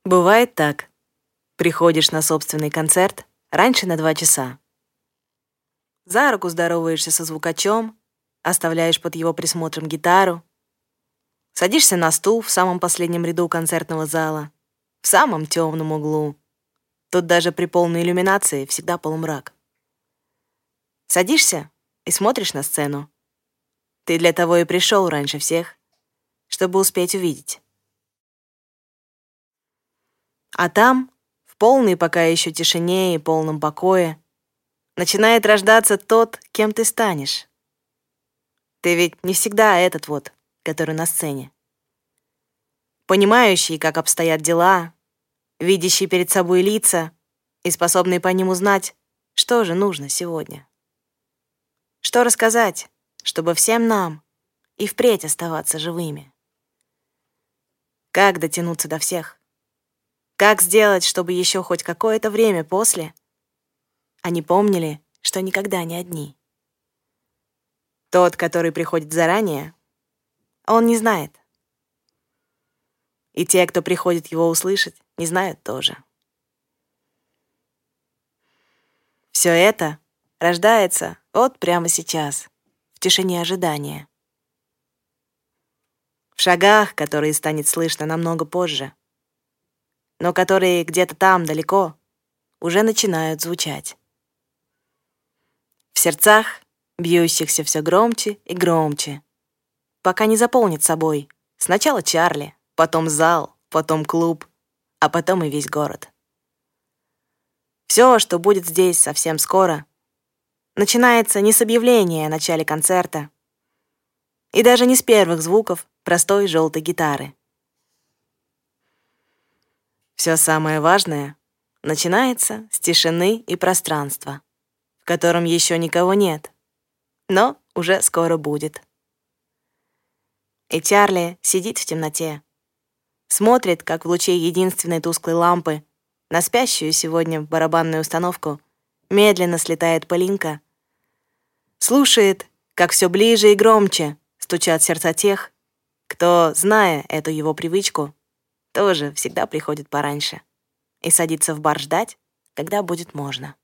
Бывает так. Приходишь на собственный концерт раньше на 2 часа. За руку здороваешься со звукачом, оставляешь под его присмотром гитару, садишься на стул в самом последнем ряду концертного зала, в самом темном углу. Тут даже при полной иллюминации всегда полумрак. Садишься и смотришь на сцену. Ты для того и пришел раньше всех, чтобы успеть увидеть. А там, в полной пока еще тишине и полном покое, начинает рождаться тот, кем ты станешь. Ты ведь не всегда этот вот, который на сцене. Понимающий, как обстоят дела, видящий перед собой лица и способный по ним узнать, что же нужно сегодня. Что рассказать, чтобы всем нам и впредь оставаться живыми. Как дотянуться до всех? Как сделать, чтобы еще хоть какое-то время после они помнили, что никогда не одни? Тот, который приходит заранее, он не знает. И те, кто приходит его услышать, не знают тоже. Все это рождается вот прямо сейчас, в тишине ожидания. В шагах, которые станет слышно намного позже, но которые где-то там, далеко, уже начинают звучать. В сердцах, бьющихся все громче и громче, пока не заполнит собой сначала Чарли, потом зал, потом клуб, а потом и весь город. Все, что будет здесь совсем скоро, начинается не с объявления о начале концерта и даже не с первых звуков простой желтой гитары. Все самое важное начинается с тишины и пространства, в котором еще никого нет, но уже скоро будет. И Чарли сидит в темноте, смотрит, как в луче единственной тусклой лампы на спящую сегодня барабанную установку медленно слетает пылинка, слушает, как все ближе и громче стучат сердца тех, кто, зная эту его привычку, тоже всегда приходит пораньше и садится в бар ждать, когда будет можно.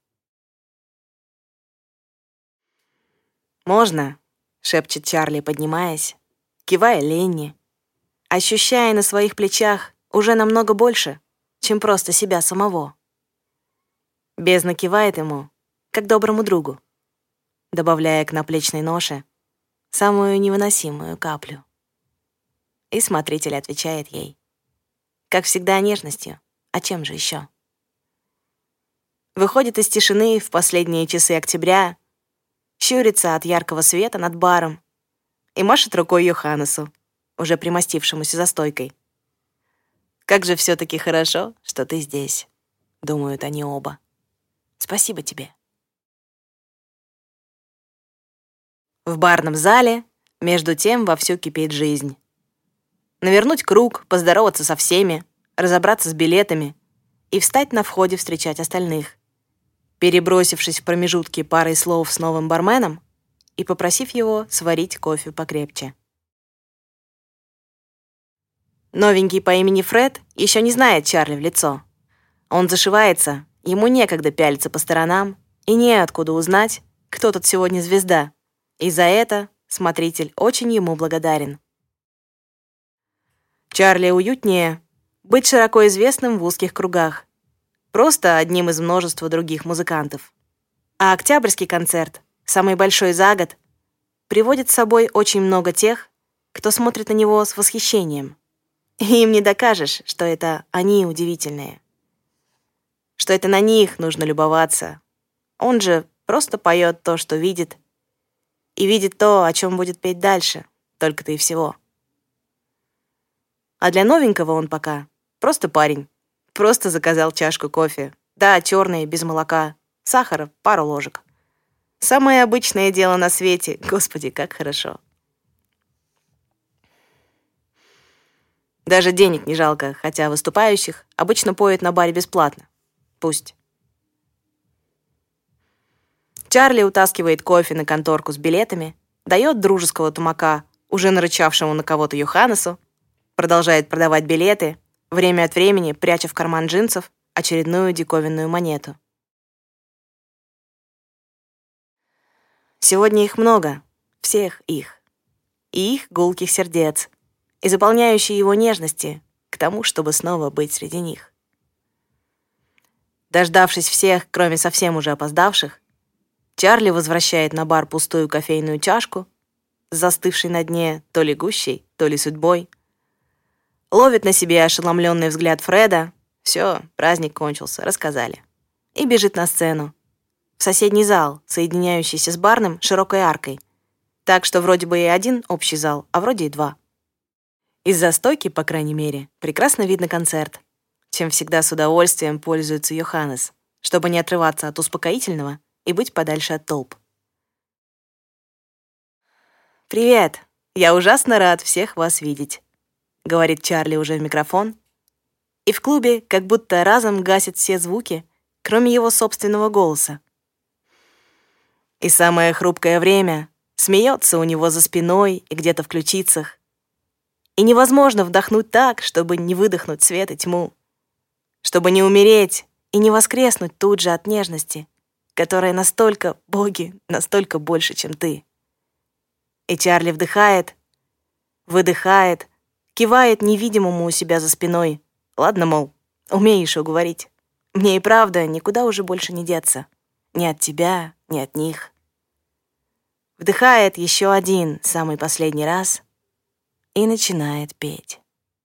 «Можно», — шепчет Чарли, поднимаясь, кивая Ленни, ощущая на своих плечах уже намного больше, чем просто себя самого. Бездна кивает ему, как доброму другу, добавляя к наплечной ноше самую невыносимую каплю. И смотритель отвечает ей, как всегда, нежностью, а чем же еще? Выходит из тишины в последние часы октября, щурится от яркого света над баром и машет рукой Йоханнесу, уже примостившемуся за стойкой. «Как же все-таки хорошо, что ты здесь», — думают они оба. «Спасибо тебе». В барном зале, между тем, вовсю кипит жизнь. Навернуть круг, поздороваться со всеми, разобраться с билетами и встать на входе встречать остальных, перебросившись в промежутке парой слов с новым барменом и попросив его сварить кофе покрепче. Новенький по имени Фред еще не знает Чарли в лицо. Он зашивается, ему некогда пялиться по сторонам и неоткуда узнать, кто тут сегодня звезда, и за это смотритель очень ему благодарен. Чарли уютнее быть широко известным в узких кругах, просто одним из множества других музыкантов. А октябрьский концерт, самый большой за год, приводит с собой очень много тех, кто смотрит на него с восхищением. И им не докажешь, что это они удивительные, что это на них нужно любоваться. Он же просто поет то, что видит, и видит то, о чем будет петь дальше, только-то и всего. А для новенького он пока просто парень. Просто заказал чашку кофе. Да, черный, без молока. Сахара, пару ложек. Самое обычное дело на свете. Господи, как хорошо. Даже денег не жалко, хотя выступающих обычно поют на баре бесплатно. Пусть. Чарли утаскивает кофе на конторку с билетами, дает дружеского тумака уже нарычавшему на кого-то Йоханнесу, продолжает продавать билеты, время от времени пряча в карман джинсов очередную диковинную монету. Сегодня их много, всех их, и их гулких сердец, и заполняющие его нежности к тому, чтобы снова быть среди них. Дождавшись всех, кроме совсем уже опоздавших, Чарли возвращает на бар пустую кофейную чашку, застывшей на дне то ли гущей, то ли судьбой, ловит на себе ошеломленный взгляд Фреда. Все, праздник кончился, рассказали. И бежит на сцену, в соседний зал, соединяющийся с барным широкой аркой, так что вроде бы и один общий зал, а вроде и два. Из-за стойки, по крайней мере, прекрасно видно концерт, чем всегда с удовольствием пользуется Йоханнес, чтобы не отрываться от успокоительного и быть подальше от толп. «Привет! Я ужасно рад всех вас видеть», — говорит Чарли уже в микрофон, и в клубе как будто разом гасят все звуки, кроме его собственного голоса. И самое хрупкое время смеется у него за спиной и где-то в ключицах. И невозможно вдохнуть так, чтобы не выдохнуть свет и тьму, чтобы не умереть и не воскреснуть тут же от нежности, которая настолько, боги, настолько больше, чем ты. И Чарли вдыхает, выдыхает, кивает невидимому у себя за спиной. Ладно, мол, умеешь уговорить. Мне и правда никуда уже больше не деться. Ни от тебя, ни от них. Вдыхает еще один, самый последний раз, и начинает петь.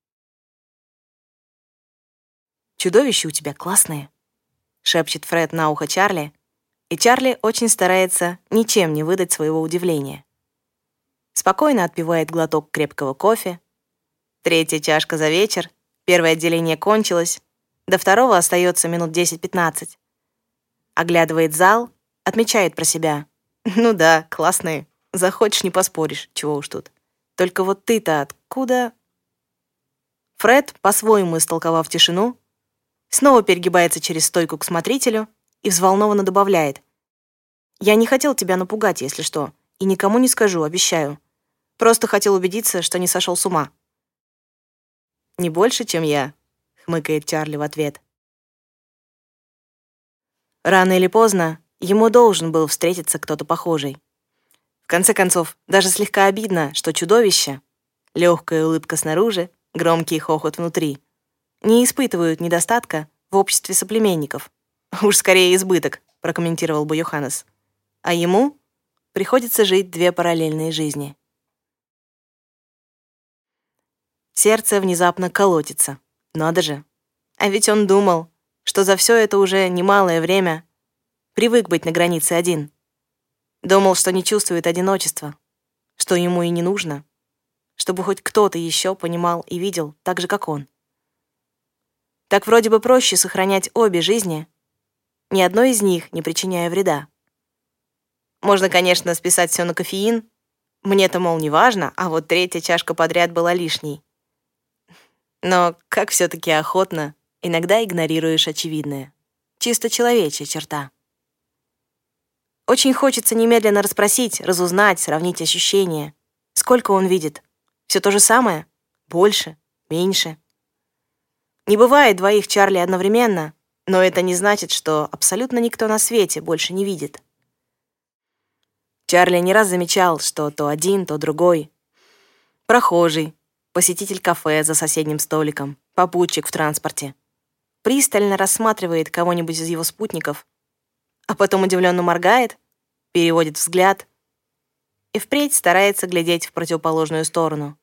«Чудовища у тебя классные», — шепчет Фред на ухо Чарли, и Чарли очень старается ничем не выдать своего удивления. Спокойно отпивает глоток крепкого кофе. 3-я чашка за вечер, 1-е отделение кончилось, до 2-го остается минут 10-15. Оглядывает зал, отмечает про себя. Ну да, классные, захочешь не поспоришь, чего уж тут. Только вот ты-то откуда? Фред, по-своему истолковав тишину, снова перегибается через стойку к смотрителю и взволнованно добавляет: «Я не хотел тебя напугать, если что, и никому не скажу, обещаю. Просто хотел убедиться, что не сошел с ума». «Не больше, чем я», — хмыкает Чарли в ответ. Рано или поздно ему должен был встретиться кто-то похожий. В конце концов, даже слегка обидно, что чудовище, легкая улыбка снаружи, громкий хохот внутри, не испытывают недостатка в обществе соплеменников. Уж скорее избыток, прокомментировал бы Йоханнес. А ему приходится жить 2 параллельные жизни. Сердце внезапно колотится. Надо же. А ведь он думал, что за все это уже немалое время привык быть на границе один. Думал, что не чувствует одиночества, что ему и не нужно, чтобы хоть кто-то еще понимал и видел так же, как он. Так вроде бы проще сохранять обе жизни, ни одной из них не причиняя вреда. Можно, конечно, списать все на кофеин. Мне-то, мол, не важно, а вот 3-я чашка подряд была лишней. Но как все-таки охотно иногда игнорируешь очевидное. Чисто человечья черта. Очень хочется немедленно расспросить, разузнать, сравнить ощущения. Сколько он видит? Все то же самое? Больше? Меньше? Не бывает 2 Чарли одновременно, но это не значит, что абсолютно никто на свете больше не видит. Чарли не раз замечал, что то один, то другой. Прохожий, посетитель кафе за соседним столиком, попутчик в транспорте пристально рассматривает кого-нибудь из его спутников, а потом удивленно моргает, переводит взгляд и впредь старается глядеть в противоположную сторону.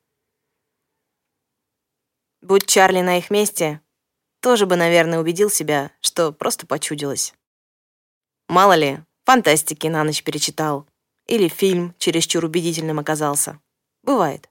Будь Чарли на их месте, тоже бы, наверное, убедил себя, что просто почудилось. Мало ли, фантастики на ночь перечитал, или фильм чересчур убедительным оказался. Бывает.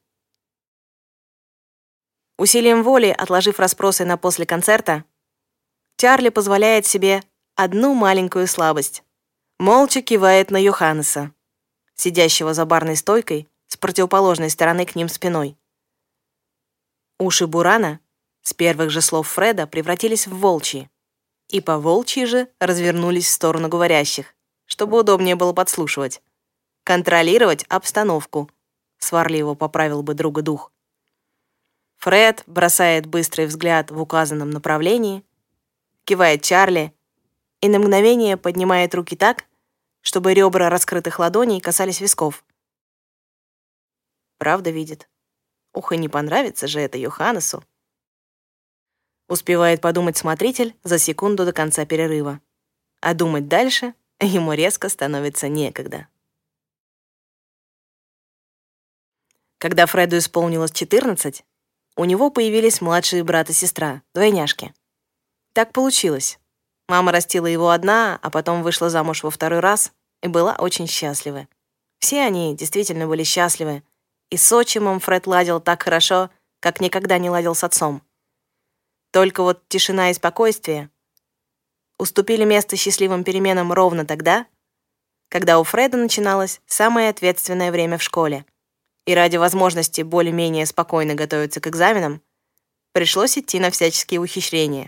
Усилием воли, отложив расспросы на после концерта, Чарли позволяет себе одну маленькую слабость. Молча кивает на Йоханнеса, сидящего за барной стойкой с противоположной стороны к ним спиной. Уши Бурана с первых же слов Фреда превратились в волчьи, и по волчьи же развернулись в сторону говорящих, чтобы удобнее было подслушивать. Контролировать обстановку, сварливо поправил бы друга дух. Фред бросает быстрый взгляд в указанном направлении, кивает Чарли и на мгновение поднимает руки так, чтобы ребра раскрытых ладоней касались висков. Правда видит. Ух, и не понравится же это Йоханнесу. Успевает подумать смотритель за секунду до конца перерыва. А думать дальше ему резко становится некогда. Когда Фреду исполнилось 14, у него появились младшие брат и сестра, двойняшки. Так получилось. Мама растила его одна, а потом вышла замуж во второй раз и была очень счастлива. Все они действительно были счастливы, и с отчимом Фред ладил так хорошо, как никогда не ладил с отцом. Только вот тишина и спокойствие уступили место счастливым переменам ровно тогда, когда у Фреда начиналось самое ответственное время в школе, и ради возможности более-менее спокойно готовиться к экзаменам пришлось идти на всяческие ухищрения.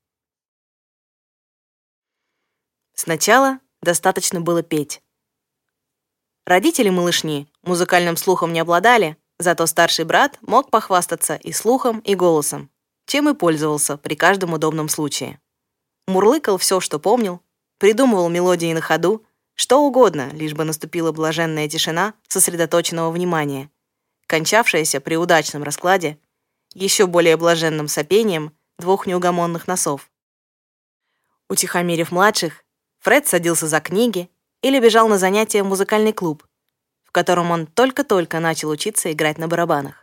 Сначала достаточно было петь. Родители малышни музыкальным слухом не обладали, зато старший брат мог похвастаться и слухом, и голосом, чем и пользовался при каждом удобном случае. Мурлыкал все, что помнил, придумывал мелодии на ходу, что угодно, лишь бы наступила блаженная тишина сосредоточенного внимания, кончавшаяся при удачном раскладе еще более блаженным сопением двух неугомонных носов. Утихомирив младших, Фред садился за книги или бежал на занятия в музыкальный клуб, в котором он только-только начал учиться играть на барабанах.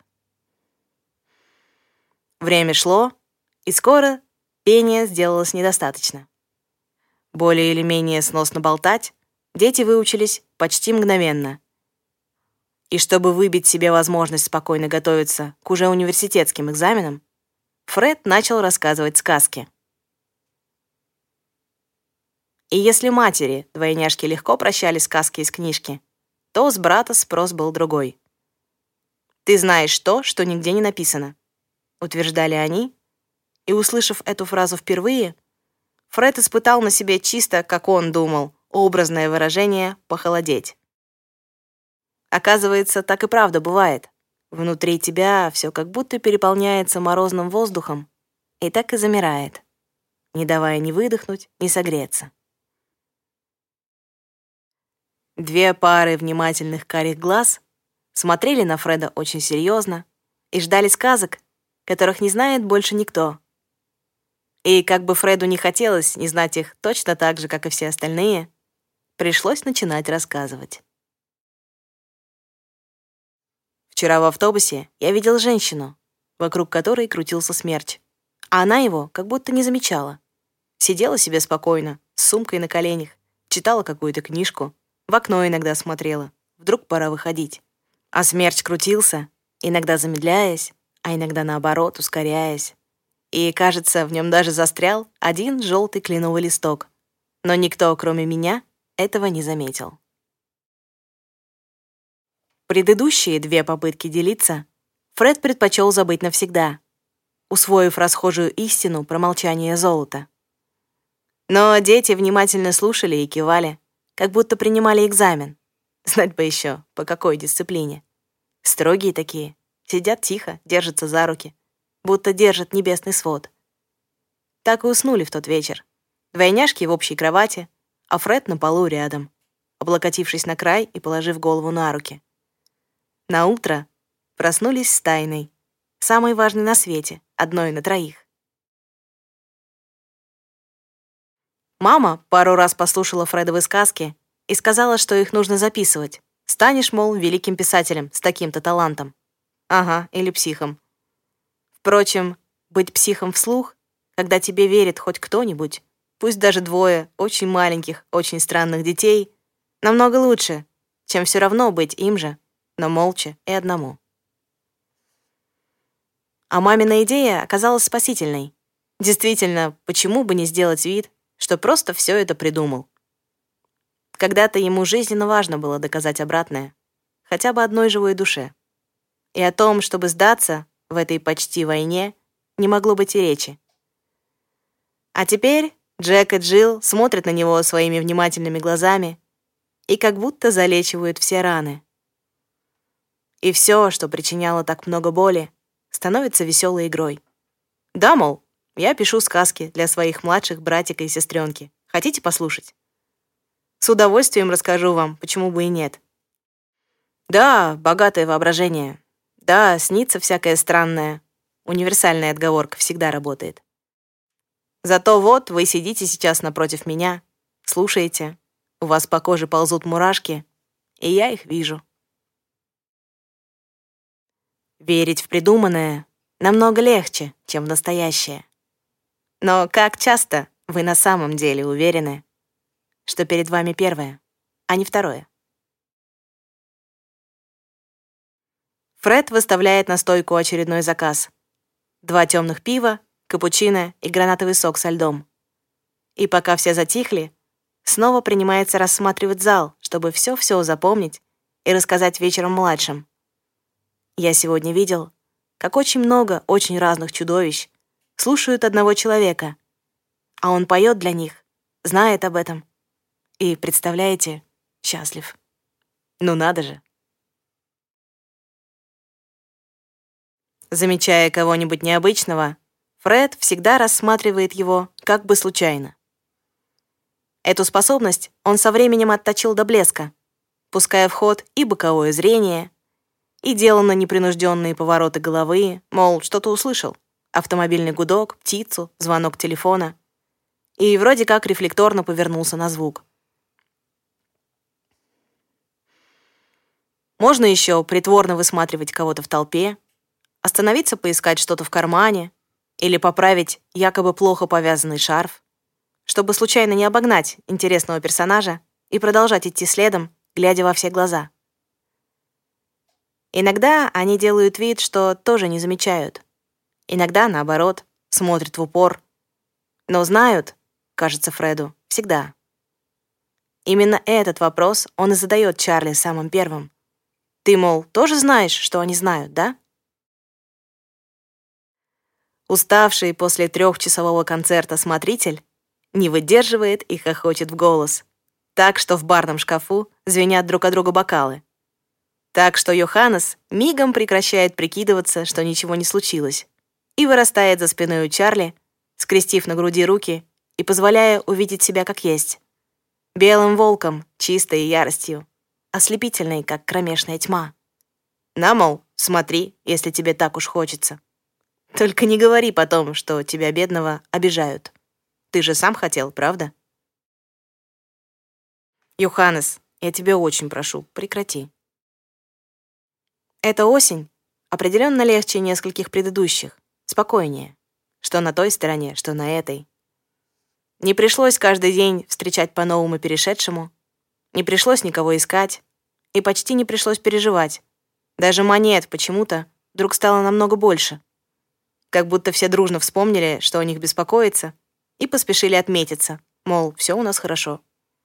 Время шло, и скоро пения сделалось недостаточно. Более или менее сносно болтать дети выучились почти мгновенно. И чтобы выбить себе возможность спокойно готовиться к уже университетским экзаменам, Фред начал рассказывать сказки. И если матери двойняшки легко прощали сказки из книжки, то с брата спрос был другой. «Ты знаешь то, что нигде не написано», — утверждали они, и, услышав эту фразу впервые, Фред испытал на себе чисто, как он думал, образное выражение «похолодеть». Оказывается, так и правда бывает. Внутри тебя все как будто переполняется морозным воздухом и так и замирает, не давая ни выдохнуть, ни согреться. Две пары внимательных карих глаз смотрели на Фреда очень серьезно и ждали сказок, которых не знает больше никто. И как бы Фреду не хотелось не знать их точно так же, как и все остальные, пришлось начинать рассказывать. Вчера в автобусе я видел женщину, вокруг которой крутился смерч, а она его как будто не замечала. Сидела себе спокойно, с сумкой на коленях, читала какую-то книжку, в окно иногда смотрела, вдруг пора выходить. А смерч крутился, иногда замедляясь, а иногда, наоборот, ускоряясь. И, кажется, в нем даже застрял один желтый кленовый листок. Но никто, кроме меня, этого не заметил. Предыдущие две попытки делиться Фред предпочел забыть навсегда, усвоив расхожую истину про молчание золота. Но дети внимательно слушали и кивали, как будто принимали экзамен. Знать бы еще, по какой дисциплине. Строгие такие, сидят тихо, держатся за руки, будто держат небесный свод. Так и уснули в тот вечер. Двойняшки в общей кровати, а Фред на полу рядом, облокотившись на край и положив голову на руки. Наутро проснулись с тайной, самой важной на свете, одной на троих. Мама пару раз послушала Фредовы сказки и сказала, что их нужно записывать. Станешь, мол, великим писателем с таким-то талантом. Ага, или психом. Впрочем, быть психом вслух, когда тебе верит хоть кто-нибудь, пусть даже двое очень маленьких, очень странных детей, намного лучше, чем все равно быть им же, но молча и одному. А мамина идея оказалась спасительной. Действительно, почему бы не сделать вид, что просто все это придумал? Когда-то ему жизненно важно было доказать обратное, хотя бы одной живой душе. И о том, чтобы сдаться в этой почти войне, не могло быть и речи. А теперь Джек и Джилл смотрят на него своими внимательными глазами и как будто залечивают все раны. И все, что причиняло так много боли, становится веселой игрой. Да, мол, я пишу сказки для своих младших братика и сестренки. Хотите послушать? С удовольствием расскажу вам, почему бы и нет. Да, богатое воображение. Да, снится всякое странное. Универсальная отговорка всегда работает. Зато вот вы сидите сейчас напротив меня, слушаете, у вас по коже ползут мурашки, и я их вижу. Верить в придуманное намного легче, чем в настоящее. Но как часто вы на самом деле уверены, что перед вами первое, а не второе? Фред выставляет на стойку очередной заказ. 2 темных пива, капучино и гранатовый сок со льдом. И пока все затихли, снова принимается рассматривать зал, чтобы все-все запомнить и рассказать вечером младшим. Я сегодня видел, как очень много очень разных чудовищ слушают одного человека, а он поет для них, знает об этом. И, представляете, счастлив. Ну надо же. Замечая кого-нибудь необычного, Фред всегда рассматривает его как бы случайно. Эту способность он со временем отточил до блеска, пуская в ход и боковое зрение, и деланно непринужденные повороты головы, мол, что-то услышал, автомобильный гудок, птицу, звонок телефона, и вроде как рефлекторно повернулся на звук. Можно еще притворно высматривать кого-то в толпе, остановиться поискать что-то в кармане или поправить якобы плохо повязанный шарф, чтобы случайно не обогнать интересного персонажа и продолжать идти следом, глядя во все глаза. Иногда они делают вид, что тоже не замечают. Иногда, наоборот, смотрят в упор. Но знают, кажется Фреду, всегда. Именно этот вопрос он и задает Чарли самым первым. Ты, мол, тоже знаешь, что они знают, да? Уставший после 3-часового концерта смотритель не выдерживает и хохочет в голос, так что в барном шкафу звенят друг от друга бокалы. Так что Йоханнес мигом прекращает прикидываться, что ничего не случилось, и вырастает за спиной у Чарли, скрестив на груди руки и позволяя увидеть себя как есть. Белым волком, чистой яростью, ослепительной, как кромешная тьма. На, мол, смотри, если тебе так уж хочется. Только не говори потом, что тебя, бедного, обижают. Ты же сам хотел, правда? Йоханнес, я тебя очень прошу, прекрати. Эта осень определенно легче нескольких предыдущих, спокойнее, что на той стороне, что на этой. Не пришлось каждый день встречать по-новому перешедшему, не пришлось никого искать, и почти не пришлось переживать. Даже монет почему-то вдруг стало намного больше. Как будто все дружно вспомнили, что о них беспокоится, и поспешили отметиться, мол, все у нас хорошо.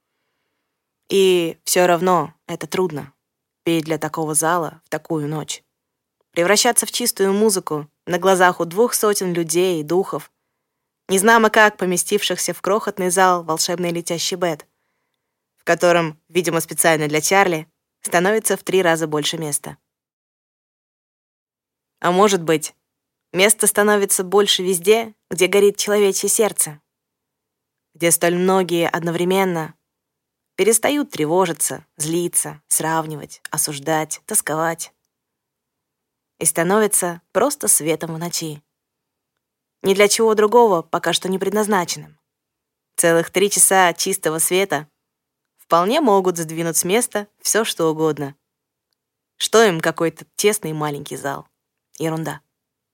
И все равно это трудно. Петь для такого зала в такую ночь. Превращаться в чистую музыку на глазах у 200 людей и духов, незнамо как поместившихся в крохотный зал волшебный летящий бет, в котором, видимо, специально для Чарли, становится в 3 раза больше места. А может быть, места становится больше везде, где горит человечье сердце, где столь многие одновременно перестают тревожиться, злиться, сравнивать, осуждать, тосковать. И становятся просто светом в ночи. Ни для чего другого пока что не предназначенным. Целых 3 часа чистого света вполне могут сдвинуть с места все, что угодно. Что им какой-то тесный маленький зал? Ерунда.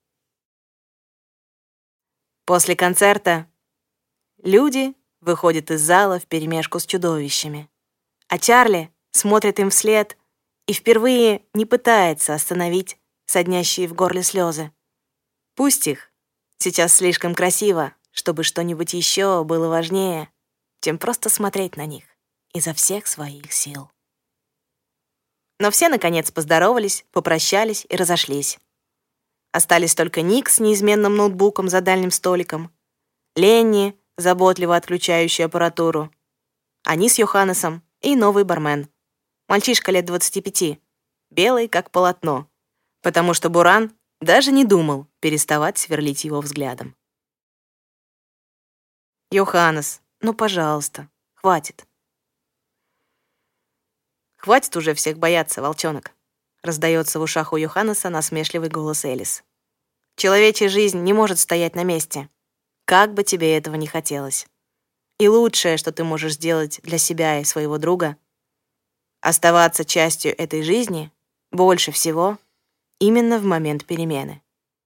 После концерта люди выходят из зала вперемешку с чудовищами, а Чарли смотрит им вслед и впервые не пытается остановить соднящие в горле слезы. Пусть их сейчас слишком красиво, чтобы что-нибудь еще было важнее, чем просто смотреть на них изо всех своих сил. Но все, наконец, поздоровались, попрощались и разошлись. Остались только Ник с неизменным ноутбуком за дальним столиком, Ленни, заботливо отключающий аппаратуру, они с Йоханнесом и новый бармен. Мальчишка лет 25, белый как полотно, потому что Буран Даже не думал переставать сверлить его взглядом. «Йоханнес, ну, пожалуйста, хватит». «Хватит уже всех бояться, волчонок», — раздается в ушах у Йоханнеса насмешливый голос Элис. «Человечья жизнь не может стоять на месте, как бы тебе этого ни хотелось. И лучшее, что ты можешь сделать для себя и своего друга, оставаться частью этой жизни больше всего именно в момент перемены».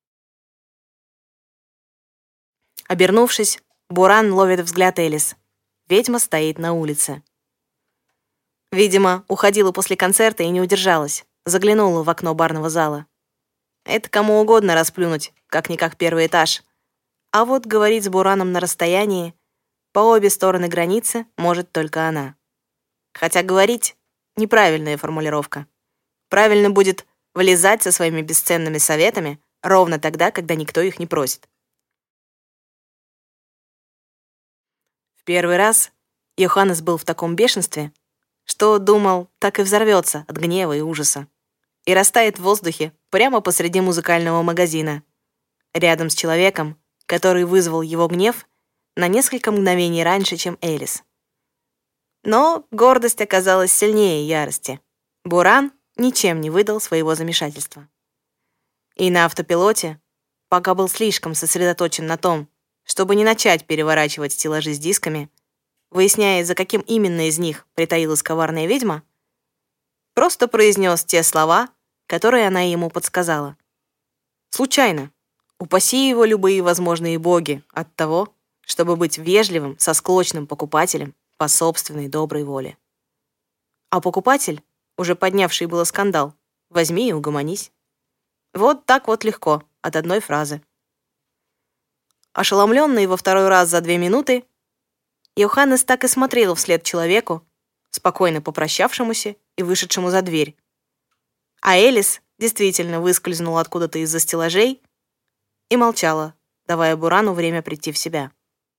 Обернувшись, Буран ловит взгляд Элис. Ведьма стоит на улице. Видимо, уходила после концерта и не удержалась. Заглянула в окно барного зала. Это кому угодно расплюнуть, как-никак первый этаж. А вот говорить с Бураном на расстоянии, по обе стороны границы, может только она. Хотя говорить — неправильная формулировка. Правильно будет влезать со своими бесценными советами ровно тогда, когда никто их не просит. В первый раз Йоханнес был в таком бешенстве, что думал, так и взорвется от гнева и ужаса и растает в воздухе прямо посреди музыкального магазина, рядом с человеком, который вызвал его гнев на несколько мгновений раньше, чем Элис. Но гордость оказалась сильнее ярости. Буран ничем не выдал своего замешательства. И на автопилоте, пока был слишком сосредоточен на том, чтобы не начать переворачивать стеллажи с дисками, выясняя, за каким именно из них притаилась коварная ведьма, просто произнес те слова, которые она ему подсказала. Случайно. Упаси его любые возможные боги от того, чтобы быть вежливым со склочным покупателем по собственной доброй воле. А покупатель, уже поднявший было скандал, возьми и угомонись. Вот так вот легко, от одной фразы. Ошеломленный во второй раз за 2 минуты, Йоханнес так и смотрел вслед человеку, спокойно попрощавшемуся и вышедшему за дверь. А Элис действительно выскользнула откуда-то из-за стеллажей и молчала, давая Бурану время прийти в себя.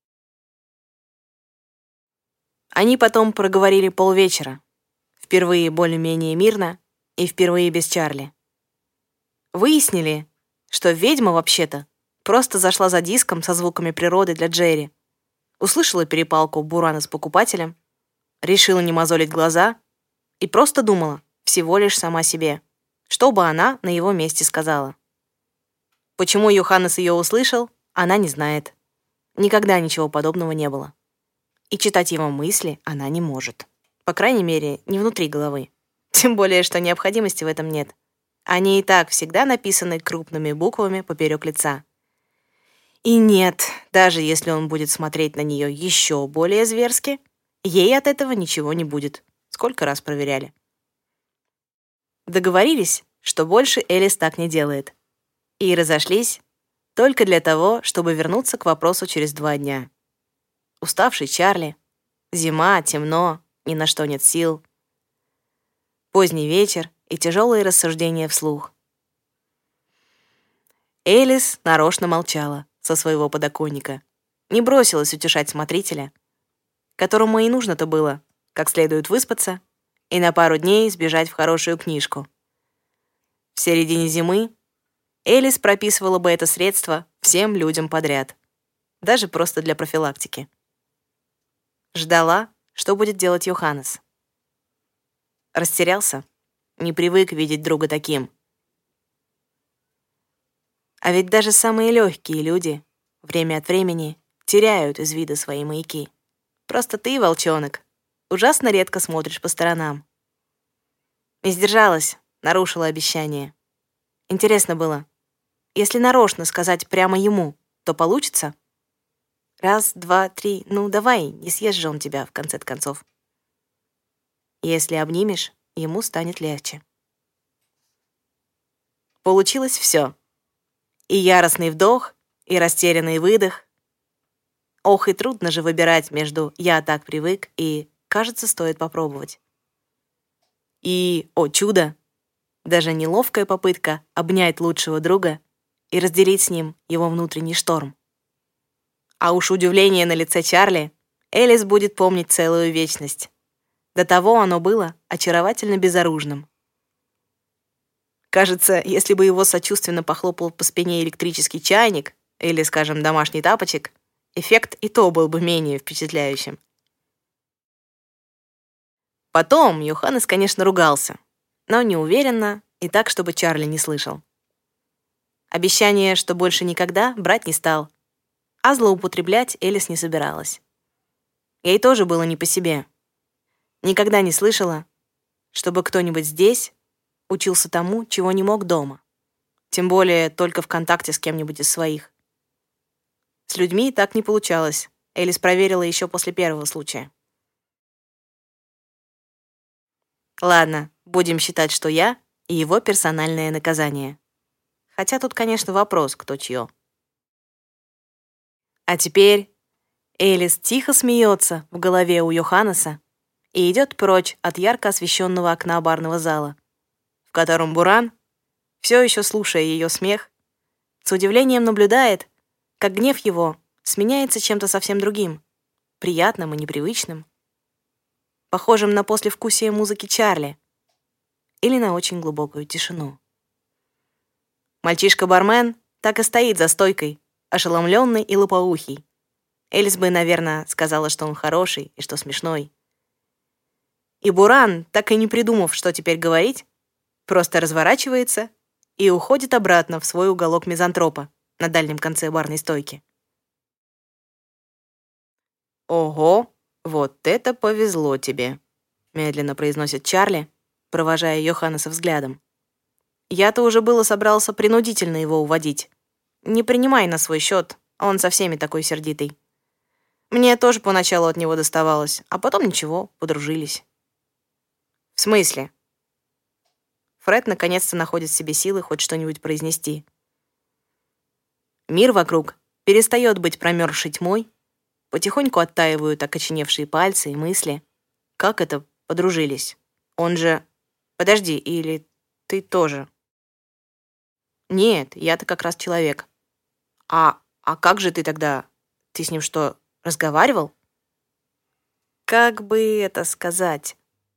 Они потом проговорили полвечера, впервые более-менее мирно и впервые без Чарли. Выяснили, что ведьма вообще-то просто зашла за диском со звуками природы для Джерри, услышала перепалку Бурана с покупателем, решила не мозолить глаза и просто думала всего лишь сама себе, что бы она на его месте сказала. Почему Йоханнес ее услышал, она не знает. Никогда ничего подобного не было. И читать его мысли она не может. По крайней мере, не внутри головы. Тем более, что необходимости в этом нет. Они и так всегда написаны крупными буквами поперек лица. И нет, даже если он будет смотреть на нее еще более зверски, ей от этого ничего не будет. Сколько раз проверяли. Договорились, что больше Элис так не делает. И разошлись только для того, чтобы вернуться к вопросу через 2 дня. Уставший Чарли, зима, темно, ни на что нет сил, поздний вечер и тяжелые рассуждения вслух. Элис нарочно молчала со своего подоконника, не бросилась утешать смотрителя, которому и нужно-то было как следует выспаться и на пару дней сбежать в хорошую книжку. В середине зимы Элис прописывала бы это средство всем людям подряд, даже просто для профилактики. Ждала, что будет делать Йоханнес. Растерялся, не привык видеть друга таким. А ведь даже самые легкие люди время от времени теряют из вида свои маяки. Просто ты, волчонок, ужасно редко смотришь по сторонам. Не сдержалась, нарушила обещание. Интересно было, если нарочно сказать прямо ему, то получится? 1, 2, 3, ну давай, не съест же он тебя в конце концов. Если обнимешь, ему станет легче. Получилось все. И яростный вдох, и растерянный выдох. Ох, и трудно же выбирать между «я так привык» и «кажется, стоит попробовать». И, о чудо, даже неловкая попытка обнять лучшего друга и разделить с ним его внутренний шторм. А уж удивление на лице Чарли Элис будет помнить целую вечность. До того оно было очаровательно безоружным. Кажется, если бы его сочувственно похлопал по спине электрический чайник или, скажем, домашний тапочек, эффект и то был бы менее впечатляющим. Потом Йоханнес, конечно, ругался, но неуверенно и так, чтобы Чарли не слышал. Обещание, что больше никогда, брать не стал, а злоупотреблять Элис не собиралась. Ей тоже было не по себе. Никогда не слышала, чтобы кто-нибудь здесь учился тому, чего не мог дома. Тем более только в контакте с кем-нибудь из своих. С людьми так не получалось. Элис проверила еще после первого случая. Ладно, будем считать, что я и его персональное наказание. Хотя тут, конечно, вопрос, кто чье. А теперь Элис тихо смеется в голове у Йоханнеса и идет прочь от ярко освещенного окна барного зала, в котором Буран, все еще слушая ее смех, с удивлением наблюдает, как гнев его сменяется чем-то совсем другим, приятным и непривычным, похожим на послевкусие музыки Чарли или на очень глубокую тишину. Мальчишка-бармен так и стоит за стойкой, ошеломленный и лопоухий. Элис бы, наверное, сказала, что он хороший и что смешной. И Буран, так и не придумав, что теперь говорить, просто разворачивается и уходит обратно в свой уголок мизантропа на дальнем конце барной стойки. «Ого, вот это повезло тебе», — медленно произносит Чарли, провожая Йоханнеса взглядом. «Я-то уже было собрался принудительно его уводить. Не принимай на свой счет, он со всеми такой сердитый. Мне тоже поначалу от него доставалось, а потом ничего, подружились». «В смысле?» Фред наконец-то находит в себе силы хоть что-нибудь произнести. Мир вокруг перестает быть промерзшей тьмой, потихоньку оттаивают окоченевшие пальцы и мысли. Как это подружились? Он же... Подожди, или ты тоже? Нет, я-то как раз человек. А как же ты тогда? Ты с ним что, разговаривал? Как бы это сказать?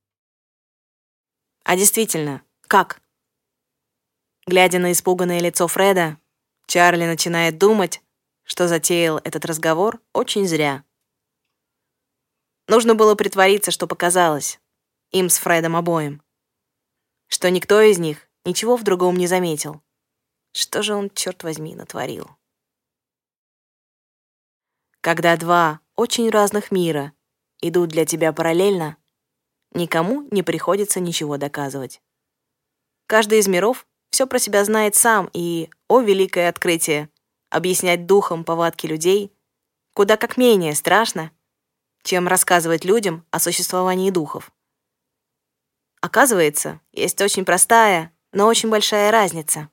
А действительно, как? Глядя на испуганное лицо Фреда, Чарли начинает думать, что затеял этот разговор очень зря. Нужно было притвориться, что показалось, им с Фредом обоим, что никто из них ничего в другом не заметил. Что же он, черт возьми, натворил? Когда два очень разных мира идут для тебя параллельно, никому не приходится ничего доказывать. Каждый из миров все про себя знает сам, и, о великое открытие, объяснять духом повадки людей куда как менее страшно, чем рассказывать людям о существовании духов. Оказывается, есть очень простая, но очень большая разница.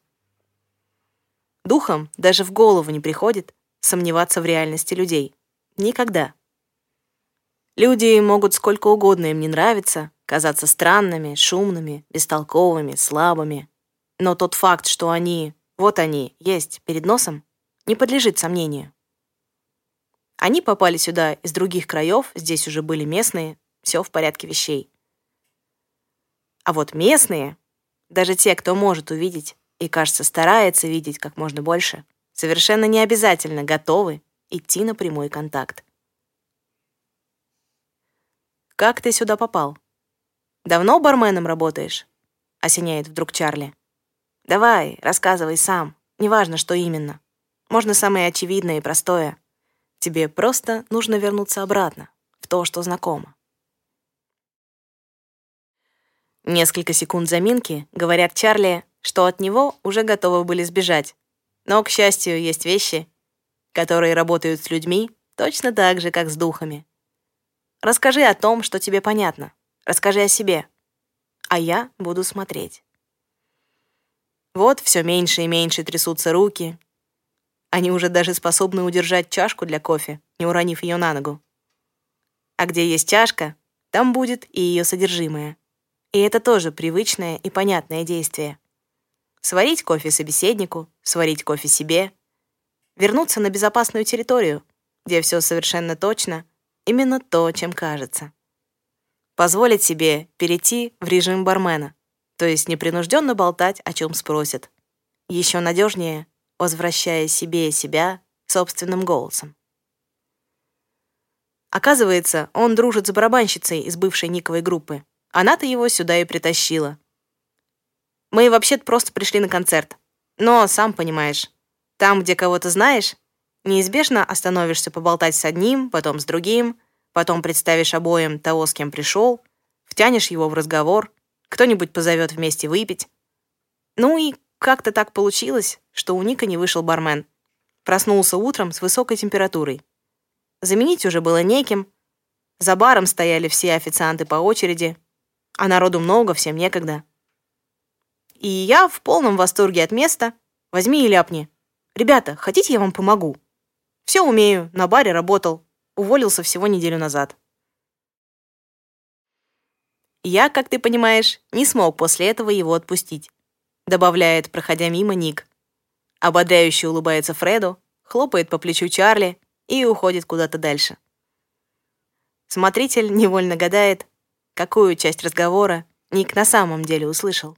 Духам даже в голову не приходит сомневаться в реальности людей. Никогда. Люди могут сколько угодно им не нравиться, казаться странными, шумными, бестолковыми, слабыми. Но тот факт, что они, вот они, есть перед носом, не подлежит сомнению. Они попали сюда из других краев, здесь уже были местные, все в порядке вещей. А вот местные, даже те, кто может увидеть и, кажется, старается видеть как можно больше, совершенно не обязательно готовы идти на прямой контакт. «Как ты сюда попал? Давно барменом работаешь?» — осеняет вдруг Чарли. «Давай, рассказывай сам, неважно, что именно. Можно самое очевидное и простое. Тебе просто нужно вернуться обратно, в то, что знакомо». Несколько секунд заминки говорят Чарли, что от него уже готовы были сбежать. Но, к счастью, есть вещи, которые работают с людьми точно так же, как с духами. Расскажи о том, что тебе понятно. Расскажи о себе. А я буду смотреть. Вот все меньше и меньше трясутся руки. Они уже даже способны удержать чашку для кофе, не уронив ее на ногу. А где есть чашка, там будет и ее содержимое. И это тоже привычное и понятное действие. Сварить кофе собеседнику, сварить кофе себе, вернуться на безопасную территорию, где все совершенно точно, именно то, чем кажется. Позволить себе перейти в режим бармена, то есть непринужденно болтать, о чем спросят. Еще надежнее, возвращая себе себя собственным голосом. Оказывается, он дружит с барабанщицей из бывшей Никовой группы. Она-то его сюда и притащила. Мы вообще-то просто пришли на концерт. Но, сам понимаешь, там, где кого-то знаешь, неизбежно остановишься поболтать с одним, потом с другим, потом представишь обоим того, с кем пришел, втянешь его в разговор, кто-нибудь позовет вместе выпить. Ну и как-то так получилось, что у Ника не вышел бармен. Проснулся утром с высокой температурой. Заменить уже было неким. За баром стояли все официанты по очереди, а народу много, всем некогда. И я в полном восторге от места. Возьми и ляпни. «Ребята, хотите, я вам помогу? Все умею, на баре работал. Уволился всего неделю назад». Я, как ты понимаешь, не смог после этого его отпустить, добавляет, проходя мимо, Ник. Ободряюще улыбается Фреду, хлопает по плечу Чарли и уходит куда-то дальше. Смотритель невольно гадает, какую часть разговора Ник на самом деле услышал.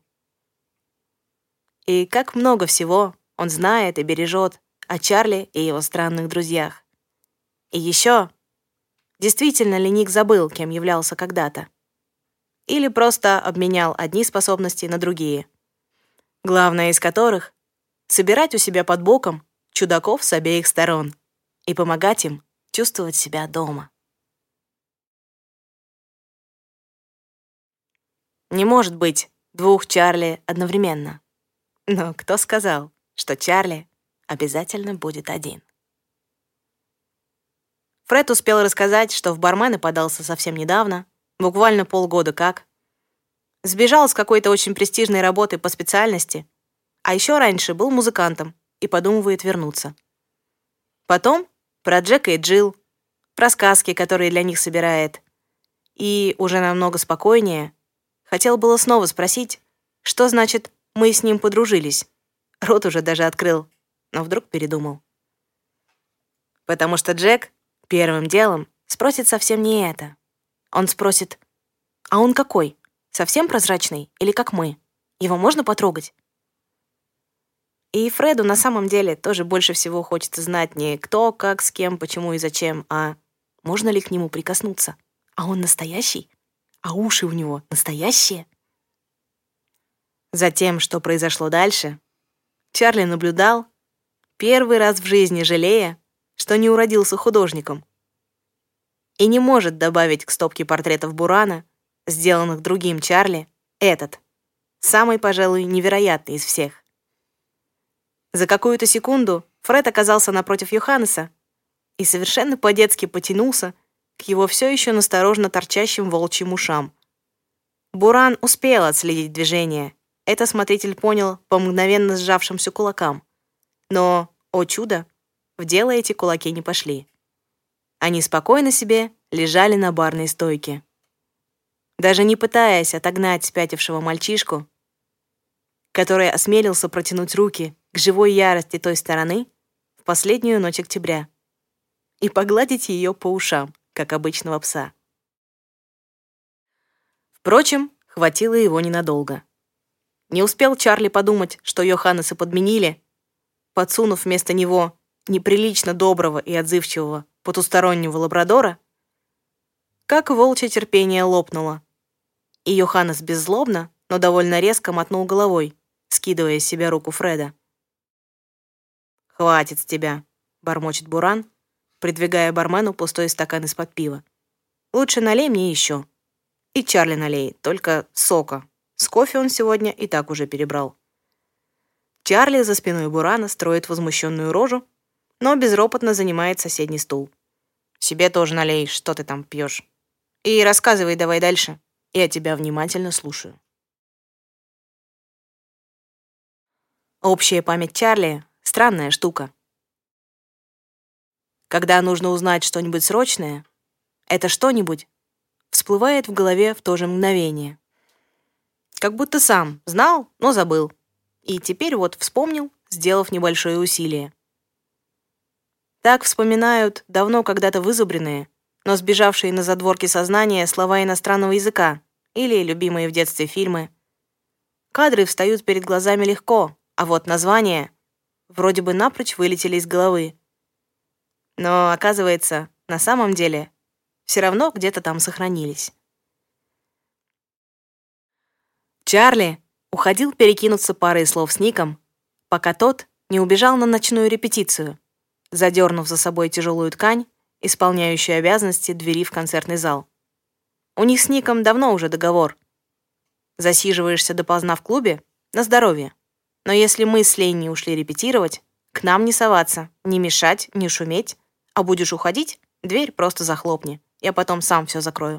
И как много всего он знает и бережет о Чарли и его странных друзьях. И еще, действительно ли Ник забыл, кем являлся когда-то? Или просто обменял одни способности на другие, главное из которых — собирать у себя под боком чудаков с обеих сторон и помогать им чувствовать себя дома. Не может быть двух Чарли одновременно. Но кто сказал, что Чарли обязательно будет один? Фред успел рассказать, что в бармены подался совсем недавно, буквально полгода как. Сбежал с какой-то очень престижной работы по специальности, а еще раньше был музыкантом и подумывает вернуться. Потом про Джека и Джилл, про сказки, которые для них собирает. И уже намного спокойнее хотел было снова спросить, что значит «мы с ним подружились». Рот уже даже открыл, но вдруг передумал. Потому что Джек первым делом спросит совсем не это. Он спросит: «А он какой? Совсем прозрачный или как мы? Его можно потрогать?» И Фреду на самом деле тоже больше всего хочется знать не кто, как, с кем, почему и зачем, а можно ли к нему прикоснуться. А он настоящий? А уши у него настоящие? За тем, что произошло дальше, Чарли наблюдал, первый раз в жизни жалея, что не уродился художником, и не может добавить к стопке портретов Бурана, сделанных другим Чарли, этот, самый, пожалуй, невероятный из всех. За какую-то секунду Фред оказался напротив Йоханнеса и совершенно по-детски потянулся к его все еще настороженно торчащим волчьим ушам. Буран успел отследить движение. Это смотритель понял по мгновенно сжавшимся кулакам. Но, о чудо, в дело эти кулаки не пошли. Они спокойно себе лежали на барной стойке. Даже не пытаясь отогнать спятившего мальчишку, который осмелился протянуть руки к живой ярости той стороны в последнюю ночь октября и погладить ее по ушам, как обычного пса. Впрочем, хватило его ненадолго. Не успел Чарли подумать, что Йоханнеса подменили, подсунув вместо него неприлично доброго и отзывчивого потустороннего лабрадора, как волчье терпение лопнуло, и Йоханнес беззлобно, но довольно резко мотнул головой, скидывая с себя руку Фреда. «Хватит с тебя», — бормочет Буран, придвигая бармену пустой стакан из-под пива. «Лучше налей мне еще. И Чарли налей, только сока. С кофе он сегодня и так уже перебрал». Чарли за спиной Бурана строит возмущенную рожу, но безропотно занимает соседний стул. «Себе тоже налей, что ты там пьешь. И рассказывай давай дальше. Я тебя внимательно слушаю». Общая память Чарли — странная штука. Когда нужно узнать что-нибудь срочное, это что-нибудь всплывает в голове в то же мгновение. Как будто сам знал, но забыл. И теперь вот вспомнил, сделав небольшое усилие. Так вспоминают давно когда-то вызубренные, но сбежавшие на задворки сознания слова иностранного языка или любимые в детстве фильмы. Кадры встают перед глазами легко, а вот названия вроде бы напрочь вылетели из головы. Но, оказывается, на самом деле все равно где-то там сохранились. Чарли уходил перекинуться парой слов с Ником, пока тот не убежал на ночную репетицию, задернув за собой тяжелую ткань, исполняющую обязанности двери в концертный зал. У них с Ником давно уже договор. Засиживаешься допоздна в клубе — на здоровье. Но если мы с Ленни ушли репетировать, к нам не соваться, не мешать, не шуметь, а будешь уходить, дверь просто захлопни. Я потом сам все закрою.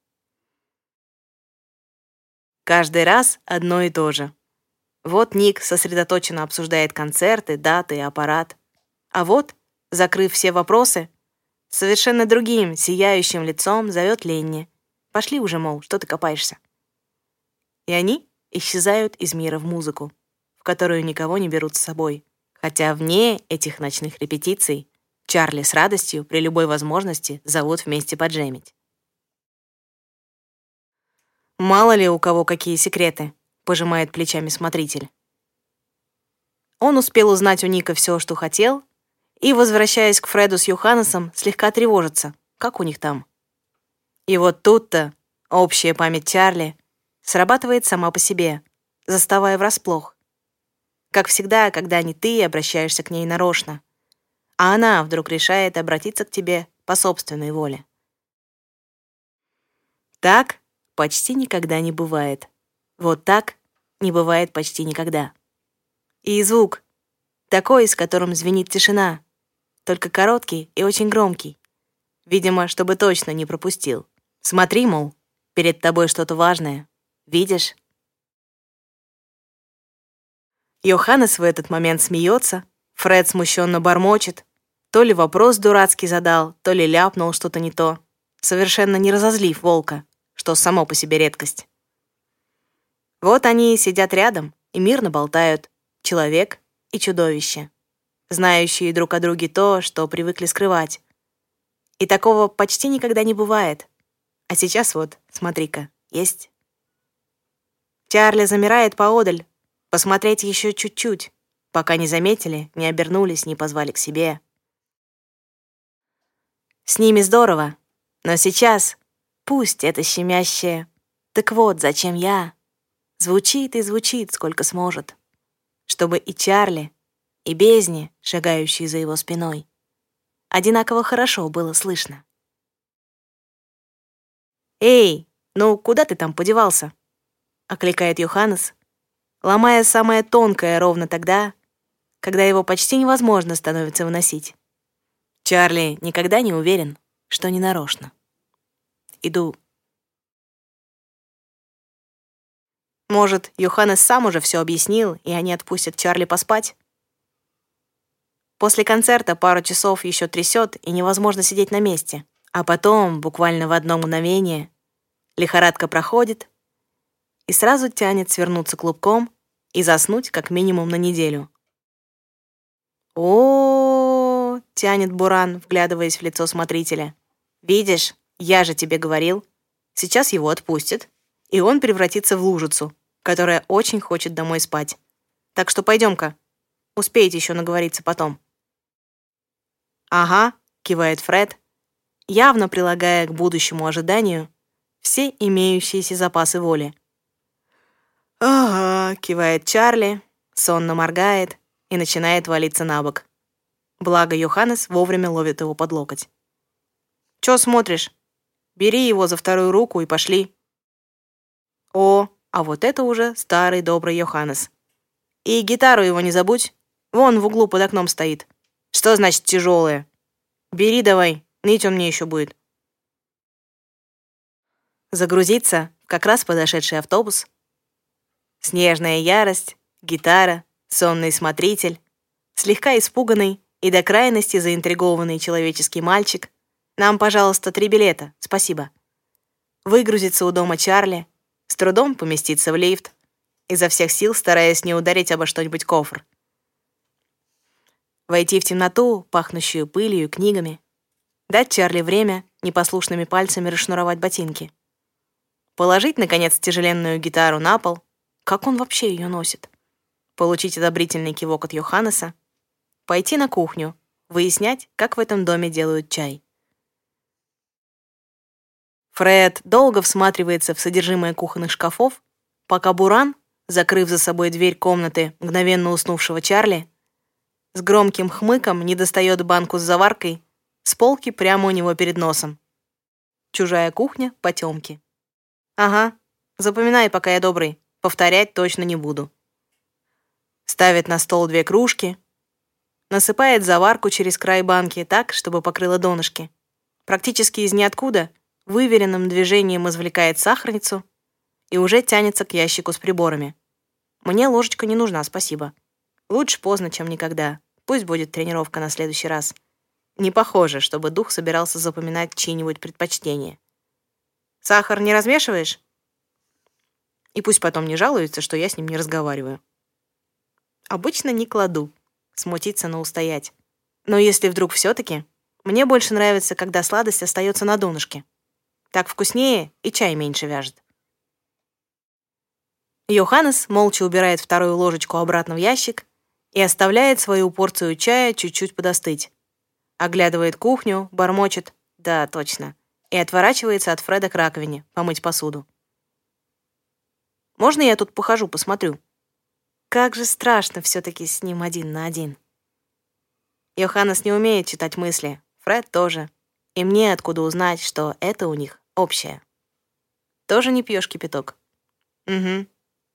Каждый раз одно и то же. Вот Ник сосредоточенно обсуждает концерты, даты и аппарат. А вот, закрыв все вопросы, совершенно другим, сияющим лицом зовет Ленни. Пошли уже, мол, что ты копаешься? И они исчезают из мира в музыку, в которую никого не берут с собой. Хотя вне этих ночных репетиций Чарли с радостью при любой возможности зовут вместе поджемить. «Мало ли у кого какие секреты», — пожимает плечами смотритель. Он успел узнать у Ника все, что хотел, и, возвращаясь к Фреду с Йоханнесом, слегка тревожится, как у них там. И вот тут-то общая память Чарли срабатывает сама по себе, заставая врасплох. Как всегда, когда не ты обращаешься к ней нарочно, а она вдруг решает обратиться к тебе по собственной воле. Так почти никогда не бывает. Вот так не бывает почти никогда. И звук такой, с которым звенит тишина, только короткий и очень громкий. Видимо, чтобы точно не пропустил. Смотри, мол, перед тобой что-то важное. Видишь? Йоханнес в этот момент смеется, Фред смущенно бормочет. То ли вопрос дурацкий задал, то ли ляпнул что-то не то, совершенно не разозлив волка, что само по себе редкость. Вот они сидят рядом и мирно болтают, человек и чудовище, знающие друг о друге то, что привыкли скрывать. И такого почти никогда не бывает. А сейчас вот, смотри-ка, есть. Чарли замирает поодаль, посмотреть еще чуть-чуть, пока не заметили, не обернулись, не позвали к себе. С ними здорово, но сейчас пусть это щемящее «так вот, зачем я?» звучит и звучит, сколько сможет, чтобы и Чарли, и бездни, шагающие за его спиной, одинаково хорошо было слышно. «Эй, ну куда ты там подевался?» — окликает Йоханнес, ломая самое тонкое ровно тогда, когда его почти невозможно становится выносить. Чарли никогда не уверен, что не нарочно. Иду. Может, Йоханнес сам уже все объяснил, и они отпустят Чарли поспать? После концерта пару часов еще трясет, и невозможно сидеть на месте. А потом, буквально в одно мгновение, лихорадка проходит, и сразу тянет свернуться клубком и заснуть как минимум на неделю. О, тянет Буран, вглядываясь в лицо смотрителя. «Видишь, я же тебе говорил. Сейчас его отпустят, и он превратится в лужицу, которая очень хочет домой спать. Так что пойдем-ка. Успеете еще наговориться потом». «Ага», — кивает Фред, явно прилагая к будущему ожиданию все имеющиеся запасы воли. «Ага», — кивает Чарли, сонно моргает и начинает валиться на бок. Благо Йоханнес вовремя ловит его под локоть. «Чё смотришь? Бери его за вторую руку и пошли». О, а вот это уже старый добрый Йоханнес. И гитару его не забудь, вон в углу под окном стоит. Что значит тяжелая? Бери давай, ныть он мне еще будет. Загрузиться в как раз подошедший автобус. Снежная ярость, гитара, сонный смотритель, слегка испуганный и до крайности заинтригованный человеческий мальчик. Нам, пожалуйста, 3 билета, спасибо. Выгрузиться у дома Чарли, с трудом поместиться в лифт, изо всех сил стараясь не ударить обо что-нибудь кофр. Войти в темноту, пахнущую пылью и книгами. Дать Чарли время непослушными пальцами расшнуровать ботинки. Положить, наконец, тяжеленную гитару на пол, как он вообще ее носит. Получить одобрительный кивок от Йоханнеса, пойти на кухню, выяснять, как в этом доме делают чай. Фред долго всматривается в содержимое кухонных шкафов, пока Буран, закрыв за собой дверь комнаты мгновенно уснувшего Чарли, с громким хмыком не достает банку с заваркой с полки прямо у него перед носом. Чужая кухня, потемки. Ага, запоминай, пока я добрый, повторять точно не буду. Ставит на стол 2 кружки, насыпает заварку через край банки так, чтобы покрыла донышки. Практически из ниоткуда выверенным движением извлекает сахарницу и уже тянется к ящику с приборами. Мне ложечка не нужна, спасибо. Лучше поздно, чем никогда. Пусть будет тренировка на следующий раз. Не похоже, чтобы дух собирался запоминать чьи-нибудь предпочтения. Сахар не размешиваешь? И пусть потом не жалуется, что я с ним не разговариваю. Обычно не кладу. Смутиться, но устоять. Но если вдруг все-таки, мне больше нравится, когда сладость остается на донышке. Так вкуснее и чай меньше вяжет. Йоханнес молча убирает 2-ю ложечку обратно в ящик и оставляет свою порцию чая чуть-чуть подостыть. Оглядывает кухню, бормочет «да, точно» и отворачивается от Фреда к раковине помыть посуду. «Можно я тут похожу, посмотрю?» Как же страшно все-таки с ним 1 на 1. Йоханнес не умеет читать мысли, Фред тоже. И мне откуда узнать, что это у них общее. Тоже не пьешь кипяток? Угу.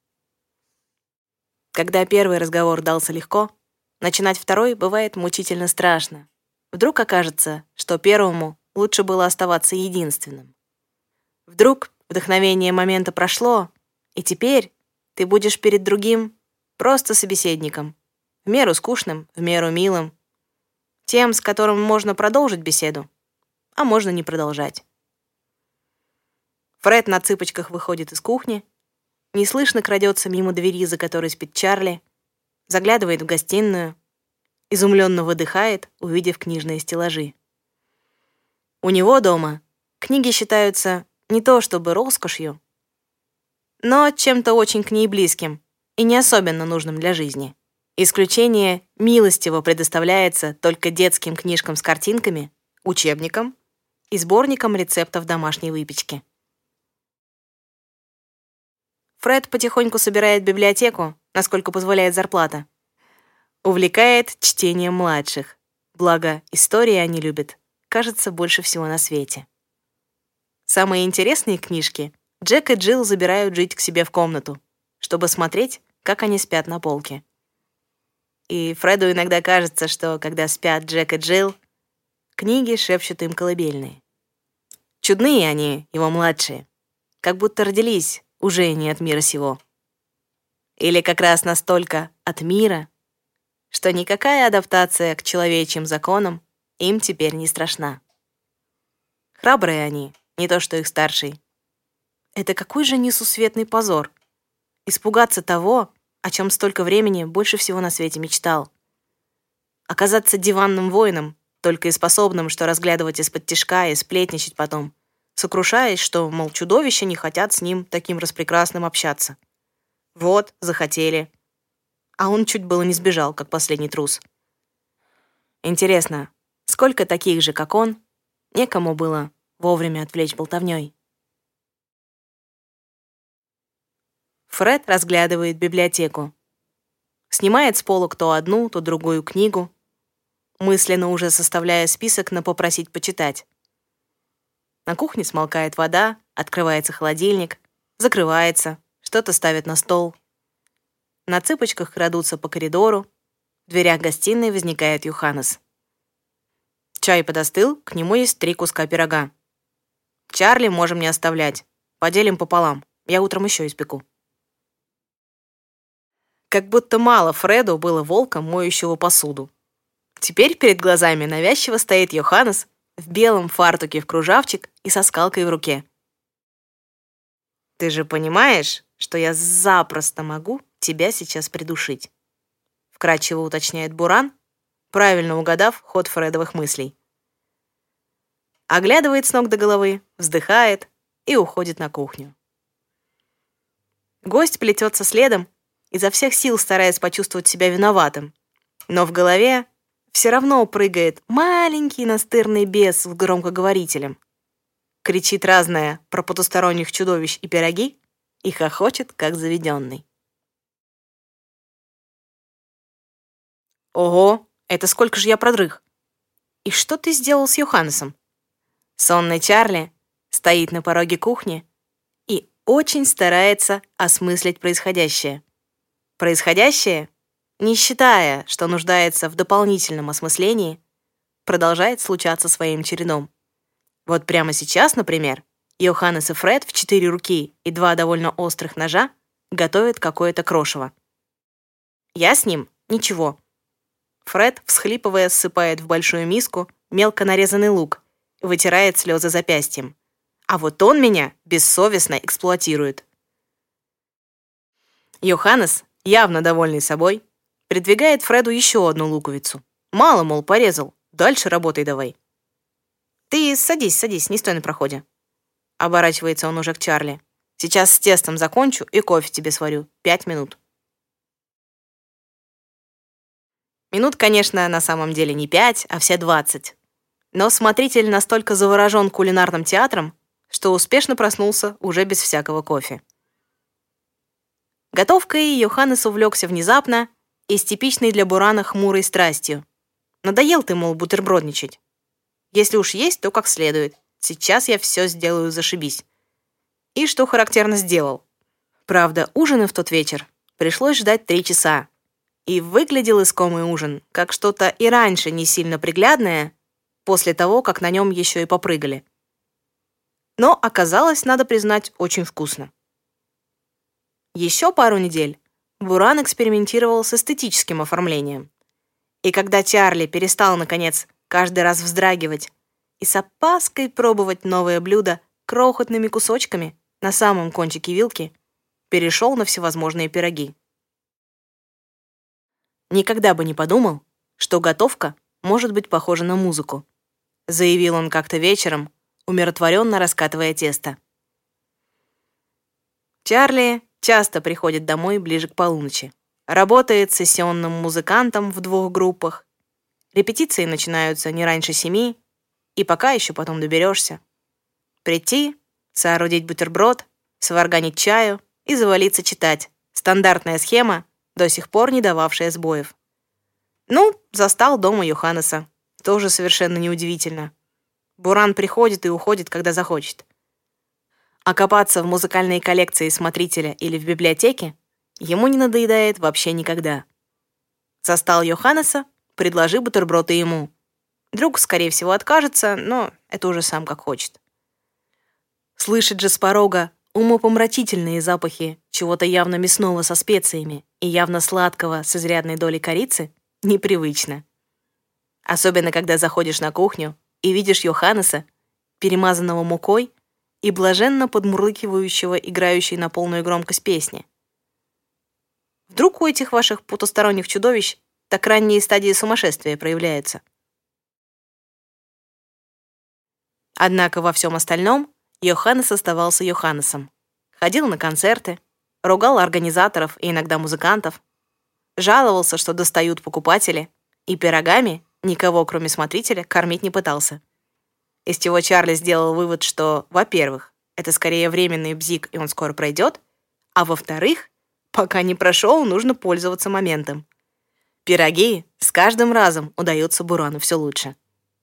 Когда первый разговор дался легко, начинать второй бывает мучительно страшно. Вдруг окажется, что первому лучше было оставаться единственным. Вдруг вдохновение момента прошло, и теперь ты будешь перед другим просто собеседником, в меру скучным, в меру милым, тем, с которым можно продолжить беседу, а можно не продолжать. Фред на цыпочках выходит из кухни, неслышно крадется мимо двери, за которой спит Чарли, заглядывает в гостиную, изумленно выдыхает, увидев книжные стеллажи. У него дома книги считаются не то чтобы роскошью, но чем-то очень к ней близким и не особенно нужным для жизни. Исключение милостиво предоставляется только детским книжкам с картинками, учебникам и сборникам рецептов домашней выпечки. Фред потихоньку собирает библиотеку, насколько позволяет зарплата. Увлекает чтением младших. Благо, истории они любят, кажется, больше всего на свете. Самые интересные книжки Джек и Джилл забирают жить к себе в комнату, чтобы смотреть, как они спят на полке. И Фреду иногда кажется, что, когда спят Джек и Джилл, книги шепчут им колыбельные. Чудные они, его младшие, как будто родились уже не от мира сего. Или как раз настолько от мира, что никакая адаптация к человечьим законам им теперь не страшна. Храбрые они, не то что их старший. Это какой же несусветный позор — испугаться того, о чем столько времени больше всего на свете мечтал. Оказаться диванным воином, только и способным, что разглядывать из-под тишка и сплетничать потом, сокрушаясь, что, мол, чудовища не хотят с ним таким распрекрасным общаться. Вот, захотели. А он чуть было не сбежал, как последний трус. Интересно, сколько таких же, как он, некому было вовремя отвлечь болтовнёй? Фред разглядывает библиотеку. Снимает с полок то одну, то другую книгу, мысленно уже составляя список на попросить почитать. На кухне смолкает вода, открывается холодильник, закрывается, что-то ставят на стол. На цыпочках крадутся по коридору, в дверях гостиной возникает Йоханнес. Чай подостыл, к нему есть 3 куска пирога. Чарли можем не оставлять, поделим пополам, я утром еще испеку. Как будто мало Фреду было волка, моющего посуду. Теперь перед глазами навязчиво стоит Йоханнес в белом фартуке в кружавчик и со скалкой в руке. «Ты же понимаешь, что я запросто могу тебя сейчас придушить?» Вкратчиво уточняет Буран, правильно угадав ход Фредовых мыслей. Оглядывает с ног до головы, вздыхает и уходит на кухню. Гость плетется следом, изо всех сил стараясь почувствовать себя виноватым. Но в голове все равно прыгает маленький настырный бес с громкоговорителем. Кричит разное про потусторонних чудовищ и пироги и хохочет, как заведенный. Ого, это сколько же я продрых. И что ты сделал с Йоханнесом? Сонный Чарли стоит на пороге кухни и очень старается осмыслить происходящее. Происходящее, не считая, что нуждается в дополнительном осмыслении, продолжает случаться своим чередом. Вот прямо сейчас, например, Йоханнес и Фред в 4 руки и 2 довольно острых ножа готовят какое-то крошево. Я с ним ничего. Фред, всхлипывая, ссыпает в большую миску мелко нарезанный лук и вытирает слезы запястьем. А вот он меня бессовестно эксплуатирует. Йоханнес, явно довольный собой, придвигает Фреду еще одну луковицу. Мало, мол, порезал, дальше работай давай. Ты садись, не стой на проходе. Оборачивается он уже к Чарли. Сейчас с тестом закончу и кофе тебе сварю. 5 минут. Минут, конечно, на самом деле не 5, а все 20. Но смотритель настолько заворожен кулинарным театром, что успешно проснулся уже без всякого кофе. Готовкой Йоханнес увлекся внезапно и с типичной для Бурана хмурой страстью. Надоел ты, мол, бутербродничать. Если уж есть, то как следует. Сейчас я все сделаю зашибись. И что характерно сделал. Правда, ужина в тот вечер пришлось ждать 3 часа. И выглядел искомый ужин, как что-то и раньше не сильно приглядное, после того, как на нем еще и попрыгали. Но оказалось, надо признать, очень вкусно. Еще пару недель Буран экспериментировал с эстетическим оформлением. И когда Чарли перестал, наконец, каждый раз вздрагивать и с опаской пробовать новое блюдо крохотными кусочками на самом кончике вилки, перешел на всевозможные пироги. Никогда бы не подумал, что готовка может быть похожа на музыку, заявил он как-то вечером, умиротворенно раскатывая тесто. Чарли часто приходит домой ближе к полуночи. Работает сессионным музыкантом в 2 группах. Репетиции начинаются не раньше 7, и пока еще потом доберешься. Прийти, соорудить бутерброд, сварганить чаю и завалиться читать. Стандартная схема, до сих пор не дававшая сбоев. Ну, застал дома Йоханнеса. Тоже совершенно неудивительно. Буран приходит и уходит, когда захочет. А копаться в музыкальной коллекции смотрителя или в библиотеке ему не надоедает вообще никогда. Застал Йоханнеса, предложи бутерброд и ему. Друг, скорее всего, откажется, но это уже сам как хочет. Слышит же с порога умопомрачительные запахи чего-то явно мясного со специями и явно сладкого с изрядной долей корицы непривычно. Особенно, когда заходишь на кухню и видишь Йоханнеса, перемазанного мукой и блаженно подмурлыкивающего, играющей на полную громкость песни. Вдруг у этих ваших потусторонних чудовищ так ранние стадии сумасшествия проявляются? Однако во всем остальном Йоханнес оставался Йоханнесом. Ходил на концерты, ругал организаторов и иногда музыкантов, жаловался, что достают покупатели, и пирогами никого, кроме смотрителя, кормить не пытался. Из чего Чарли сделал вывод, что, во-первых, это скорее временный бзик, и он скоро пройдет, а во-вторых, пока не прошел, нужно пользоваться моментом. Пироги с каждым разом удаются Бурану все лучше.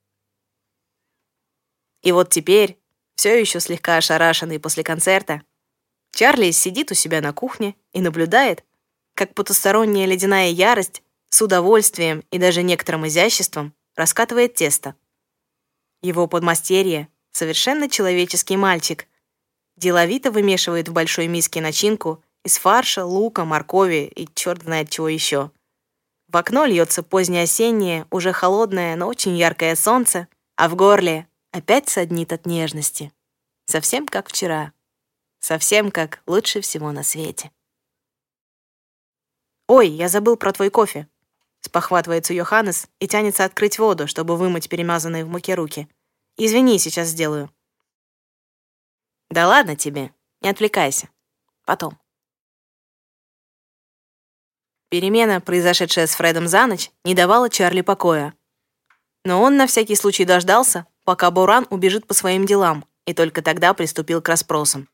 И вот теперь, все еще слегка ошарашенный после концерта, Чарли сидит у себя на кухне и наблюдает, как потусторонняя ледяная ярость с удовольствием и даже некоторым изяществом раскатывает тесто. Его подмастерье, совершенно человеческий мальчик, деловито вымешивает в большой миске начинку из фарша, лука, моркови и черт знает чего еще. В окно льется позднее осеннее, уже холодное, но очень яркое солнце, а в горле опять саднит от нежности. Совсем как вчера. Совсем как лучше всего на свете. «Ой, я забыл про твой кофе», — спохватывается Йоханнес и тянется открыть воду, чтобы вымыть перемазанные в муке руки. «Извини, сейчас сделаю». «Да ладно тебе, не отвлекайся. Потом». Перемена, произошедшая с Фредом за ночь, не давала Чарли покоя. Но он на всякий случай дождался, пока Буран убежит по своим делам, и только тогда приступил к расспросам.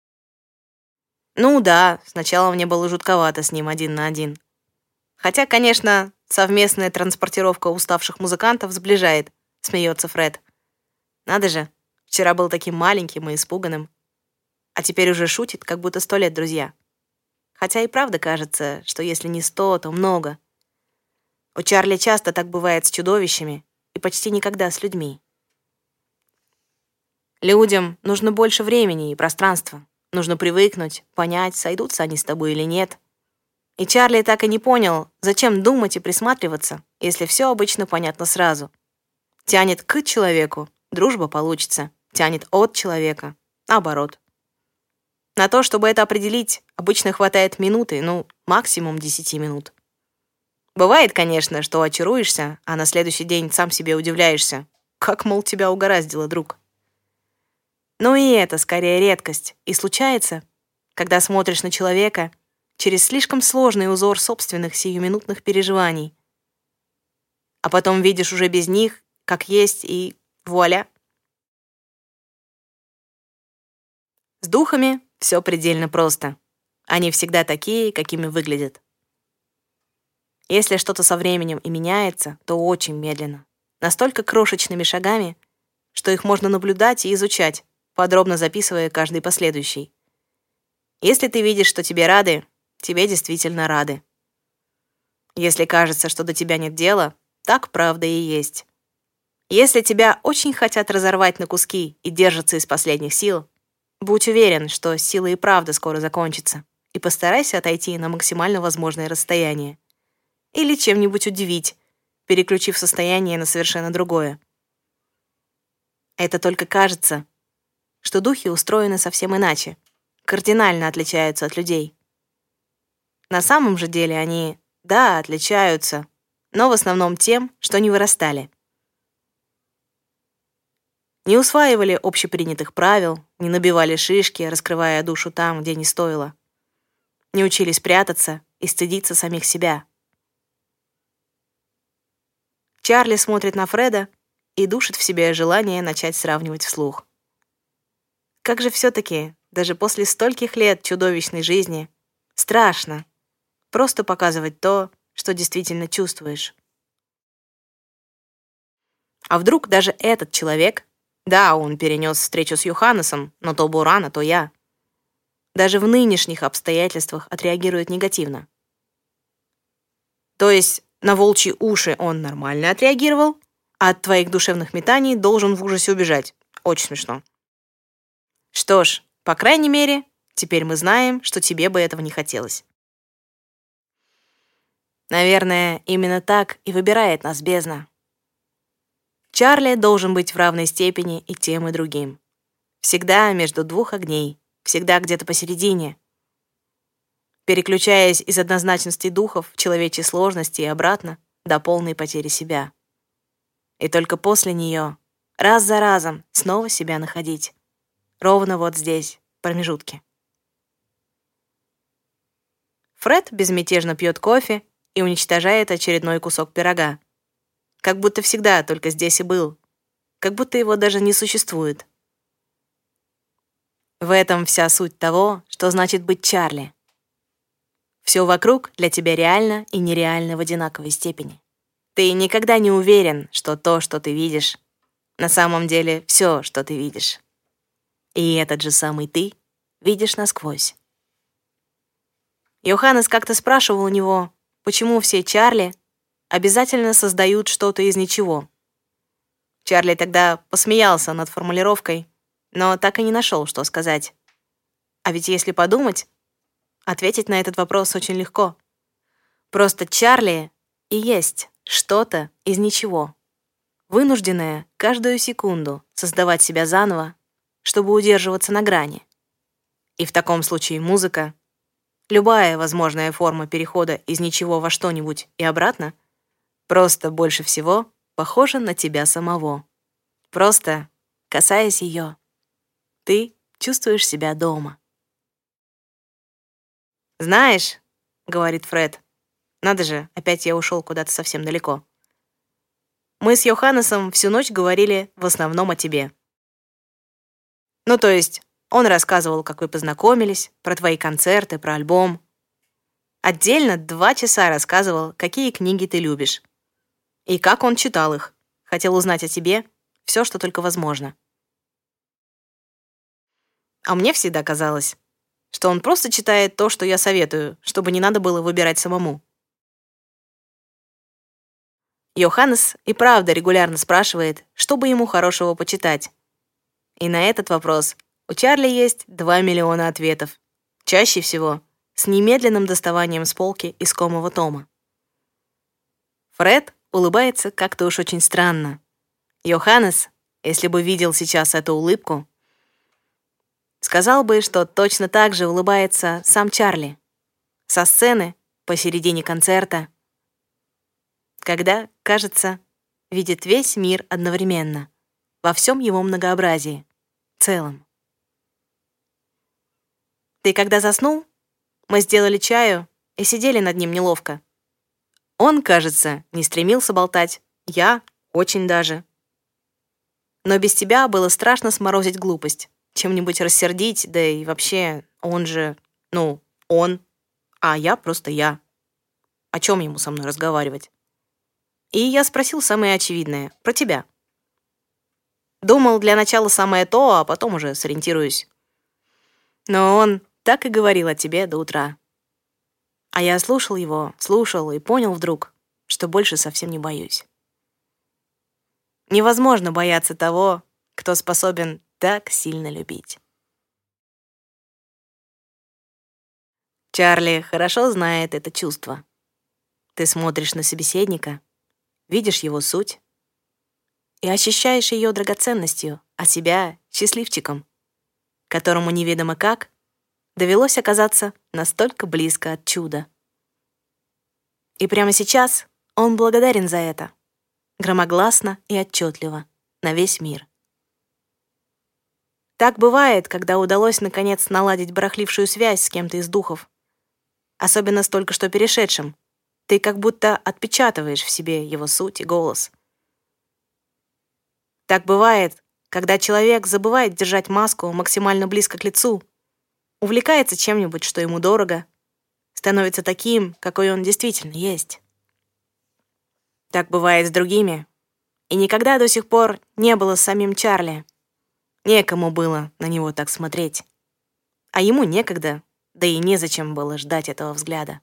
Ну да, сначала мне было жутковато с ним один на один. Хотя, конечно, совместная транспортировка уставших музыкантов сближает, смеется Фред. Надо же, вчера был таким маленьким и испуганным. А теперь уже шутит, как будто 100 лет друзья. Хотя и правда кажется, что если не 100, то много. У Чарли часто так бывает с чудовищами и почти никогда с людьми. Людям нужно больше времени и пространства. Нужно привыкнуть, понять, сойдутся они с тобой или нет. И Чарли так и не понял, зачем думать и присматриваться, если все обычно понятно сразу. Тянет к человеку — дружба получится. Тянет от человека — наоборот. На то, чтобы это определить, обычно хватает минуты, максимум 10 минут. Бывает, конечно, что очаруешься, а на следующий день сам себе удивляешься. Как, мол, тебя угораздило, друг. Но и это скорее редкость. И случается, когда смотришь на человека через слишком сложный узор собственных сиюминутных переживаний. А потом видишь уже без них, как есть, и вуаля. С духами все предельно просто. Они всегда такие, какими выглядят. Если что-то со временем и меняется, то очень медленно. Настолько крошечными шагами, что их можно наблюдать и изучать, подробно записывая каждый последующий. Если ты видишь, что тебе рады, тебе действительно рады. Если кажется, что до тебя нет дела, так правда и есть. Если тебя очень хотят разорвать на куски и держатся из последних сил, будь уверен, что сила и правда скоро закончится, и постарайся отойти на максимально возможное расстояние. Или чем-нибудь удивить, переключив состояние на совершенно другое. Это только кажется, что духи устроены совсем иначе, кардинально отличаются от людей. На самом же деле они, да, отличаются, но в основном тем, что не вырастали. Не усваивали общепринятых правил, не набивали шишки, раскрывая душу там, где не стоило. Не учились прятаться и стыдиться самих себя. Чарли смотрит на Фреда и душит в себе желание начать сравнивать вслух. Как же все-таки, даже после стольких лет чудовищной жизни, страшно просто показывать то, что действительно чувствуешь. А вдруг даже этот человек, да, он перенес встречу с Йоханнесом, но то Буран, а то я, даже в нынешних обстоятельствах отреагирует негативно. То есть на волчьи уши он нормально отреагировал, а от твоих душевных метаний должен в ужасе убежать. Очень смешно. Что ж, по крайней мере, теперь мы знаем, что тебе бы этого не хотелось. Наверное, именно так и выбирает нас бездна. Чарли должен быть в равной степени и тем, и другим. Всегда между двух огней, всегда где-то посередине. Переключаясь из однозначности духов в человечьей сложности и обратно до полной потери себя. И только после нее, раз за разом, снова себя находить. Ровно вот здесь, в промежутке. Фред безмятежно пьет кофе и уничтожает очередной кусок пирога. Как будто всегда только здесь и был. Как будто его даже не существует. В этом вся суть того, что значит быть Чарли. Все вокруг для тебя реально и нереально в одинаковой степени. Ты никогда не уверен, что то, что ты видишь, на самом деле все, что ты видишь. И этот же самый ты видишь насквозь. Йоханнес как-то спрашивал у него, почему все Чарли обязательно создают что-то из ничего. Чарли тогда посмеялся над формулировкой, но так и не нашел, что сказать. А ведь если подумать, ответить на этот вопрос очень легко. Просто Чарли и есть что-то из ничего, вынужденное каждую секунду создавать себя заново, чтобы удерживаться на грани. И в таком случае музыка, любая возможная форма перехода из ничего во что-нибудь и обратно, просто больше всего похожа на тебя самого. Просто, касаясь ее, ты чувствуешь себя дома. «Знаешь, — говорит Фред, Надо же, опять я ушел куда-то совсем далеко. Мы с Йоханнесом всю ночь говорили в основном о тебе. Ну, то есть, он рассказывал, как вы познакомились, про твои концерты, про альбом. Отдельно 2 часа рассказывал, какие книги ты любишь. И как он читал их. Хотел узнать о тебе все, что только возможно. А мне всегда казалось, что он просто читает то, что я советую, чтобы не надо было выбирать самому. Йоханнес и правда регулярно спрашивает, что бы ему хорошего почитать. И на этот вопрос у Чарли есть 2 миллиона ответов. Чаще всего с немедленным доставанием с полки искомого тома. Фред улыбается как-то уж очень странно. Йоханнес, если бы видел сейчас эту улыбку, сказал бы, что точно так же улыбается сам Чарли. Со сцены, посередине концерта, когда, кажется, видит весь мир одновременно, во всем его многообразии, целом. Ты когда заснул, мы сделали чаю и сидели над ним неловко. Он, кажется, не стремился болтать, я очень даже. Но без тебя было страшно сморозить глупость, чем-нибудь рассердить, да и вообще, он же, он, а я просто я. О чем ему со мной разговаривать? И я спросил самое очевидное, про тебя. Думал, для начала самое то, а потом уже сориентируюсь. Но он так и говорил о тебе до утра. А я слушал его, слушал и понял вдруг, что больше совсем не боюсь. Невозможно бояться того, кто способен так сильно любить. Чарли хорошо знает это чувство. Ты смотришь на собеседника, видишь его суть и ощущаешь ее драгоценностью, а себя счастливчиком, которому неведомо как довелось оказаться настолько близко от чуда. И прямо сейчас он благодарен за это, громогласно и отчетливо, на весь мир. Так бывает, когда удалось наконец наладить барахлившую связь с кем-то из духов, особенно с только что перешедшим. Ты как будто отпечатываешь в себе его суть и голос. Так бывает, когда человек забывает держать маску максимально близко к лицу, увлекается чем-нибудь, что ему дорого, становится таким, какой он действительно есть. Так бывает с другими, и никогда до сих пор не было с самим Чарли. Некому было на него так смотреть. А ему некогда, да и незачем было ждать этого взгляда.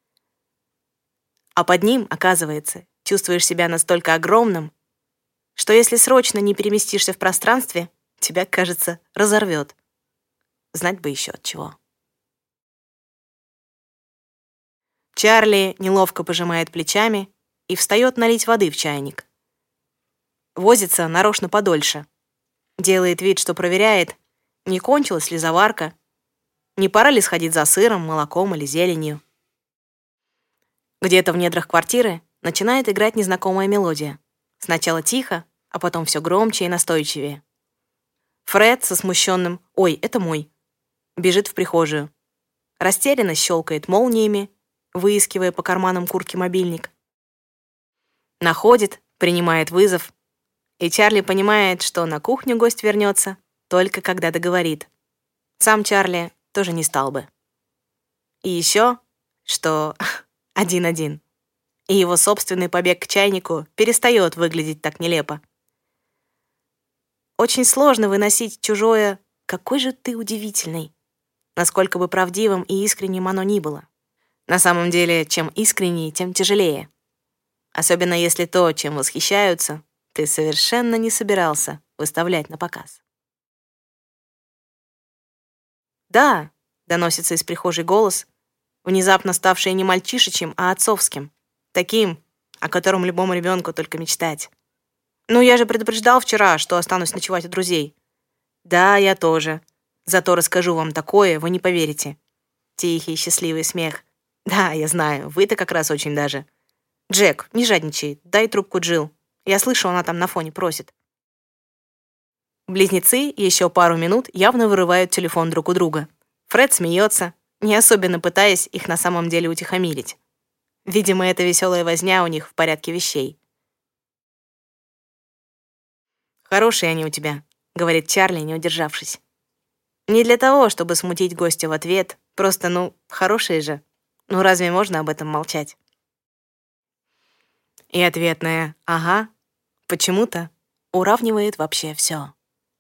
А под ним, оказывается, чувствуешь себя настолько огромным, что если срочно не переместишься в пространстве, тебя, кажется, разорвет. Знать бы еще от чего. Чарли неловко пожимает плечами и встает налить воды в чайник. Возится нарочно подольше. Делает вид, что проверяет, не кончилась ли заварка, не пора ли сходить за сыром, молоком или зеленью. Где-то в недрах квартиры начинает играть незнакомая мелодия. Сначала тихо, а потом все громче и настойчивее. Фред со смущенным «Ой, это мой» бежит в прихожую. Растерянно щелкает молниями, выискивая по карманам куртки мобильник. Находит, принимает вызов, и Чарли понимает, что на кухню гость вернется только когда договорит. Сам Чарли тоже не стал бы. И еще, что один-один. И его собственный побег к чайнику перестает выглядеть так нелепо. Очень сложно выносить чужое «какой же ты удивительный», насколько бы правдивым и искренним оно ни было. На самом деле, чем искреннее, тем тяжелее. Особенно если то, чем восхищаются, ты совершенно не собирался выставлять на показ. «Да», — доносится из прихожей голос, внезапно ставший не мальчишечьим, а отцовским, таким, о котором любому ребенку только мечтать. «Ну, я же предупреждал вчера, что останусь ночевать у друзей». «Да, я тоже. Зато расскажу вам такое, вы не поверите». Тихий, счастливый смех. «Да, я знаю, вы-то как раз очень даже». «Джек, не жадничай, дай трубку Джилл. Я слышу, она там на фоне просит». Близнецы еще пару минут явно вырывают телефон друг у друга. Фред смеется, не особенно пытаясь их на самом деле утихомирить. Видимо, эта веселая возня у них в порядке вещей. «Хорошие они у тебя», — говорит Чарли, не удержавшись. Не для того, чтобы смутить гостя в ответ, просто, хорошие же. Разве можно об этом молчать? И ответное «ага» почему-то уравнивает вообще все.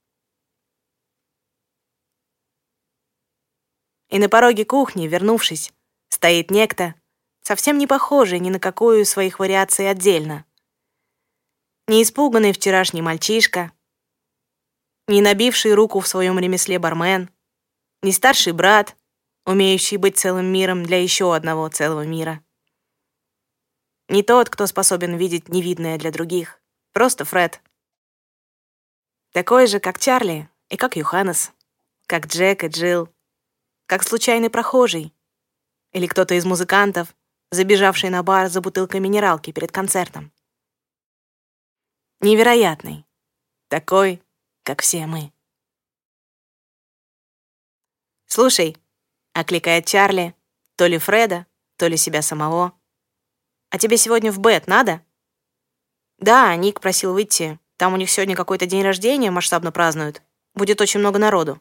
И на пороге кухни, вернувшись, стоит некто, совсем не похожий ни на какую из своих вариаций отдельно. Не испуганный вчерашний мальчишка, не набивший руку в своем ремесле бармен, не старший брат, умеющий быть целым миром для еще одного целого мира. Не тот, кто способен видеть невидное для других, просто Фред. Такой же, как Чарли и как Йоханнес, как Джек и Джилл, как случайный прохожий или кто-то из музыкантов, забежавший на бар за бутылкой минералки перед концертом. Невероятный, такой, как все мы. «Слушай», — окликает Чарли, то ли Фреда, то ли себя самого, «а тебе сегодня в Бет надо?» «Да, Ник просил выйти. Там у них сегодня какой-то день рождения масштабно празднуют. Будет очень много народу».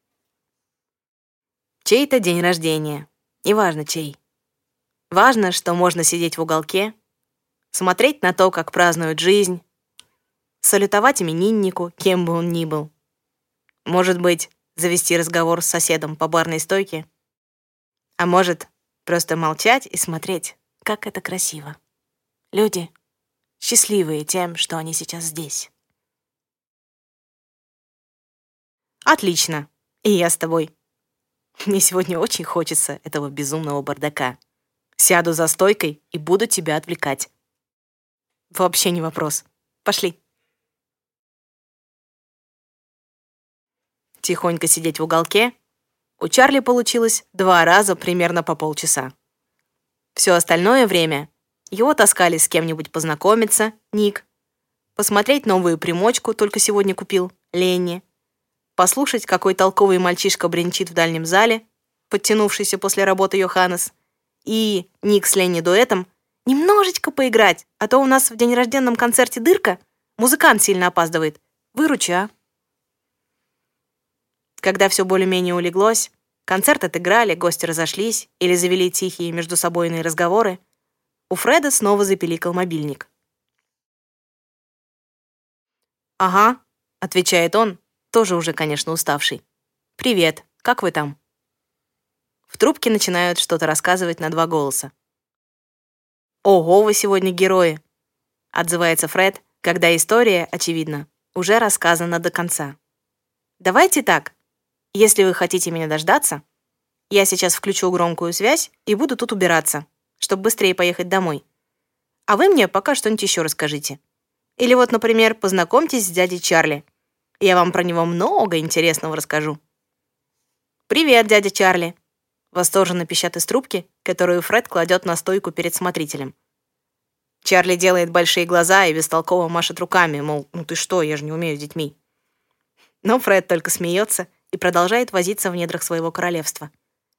Чей-то день рождения. Неважно чей. Важно, что можно сидеть в уголке, смотреть на то, как празднуют жизнь, салютовать имениннику, кем бы он ни был. Может быть, завести разговор с соседом по барной стойке, а может, просто молчать и смотреть, как это красиво. Люди счастливые тем, что они сейчас здесь. Отлично. И я с тобой. Мне сегодня очень хочется этого безумного бардака. Сяду за стойкой и буду тебя отвлекать. Вообще не вопрос. Пошли. Тихонько сидеть в уголке у Чарли получилось 2 раза примерно по полчаса. Все остальное время его таскали с кем-нибудь познакомиться, Ник, посмотреть новую примочку, только сегодня купил, Ленни, послушать, какой толковый мальчишка бренчит в дальнем зале, подтянувшийся после работы Йоханнес, и Ник с Ленни дуэтом немножечко поиграть, а то у нас в день рожденном концерте дырка, музыкант сильно опаздывает. Выручи, а? Когда все более-менее улеглось, концерт отыграли, гости разошлись или завели тихие междусобойные разговоры, у Фреда снова запиликал мобильник. «Ага», — отвечает он, тоже уже, конечно, уставший. «Привет, как вы там?» В трубке начинают что-то рассказывать на 2 голоса. «Ого, вы сегодня герои», — отзывается Фред, когда история, очевидно, уже рассказана до конца. «Давайте так. Если вы хотите меня дождаться, я сейчас включу громкую связь и буду тут убираться, чтобы быстрее поехать домой. А вы мне пока что-нибудь еще расскажите. Или вот, например, познакомьтесь с дядей Чарли. Я вам про него много интересного расскажу». «Привет, дядя Чарли», — восторженно пищат из трубки, которую Фред кладет на стойку перед смотрителем. Чарли делает большие глаза и бестолково машет руками, мол, ну ты что, я же не умею с детьми. Но Фред только смеется и продолжает возиться в недрах своего королевства.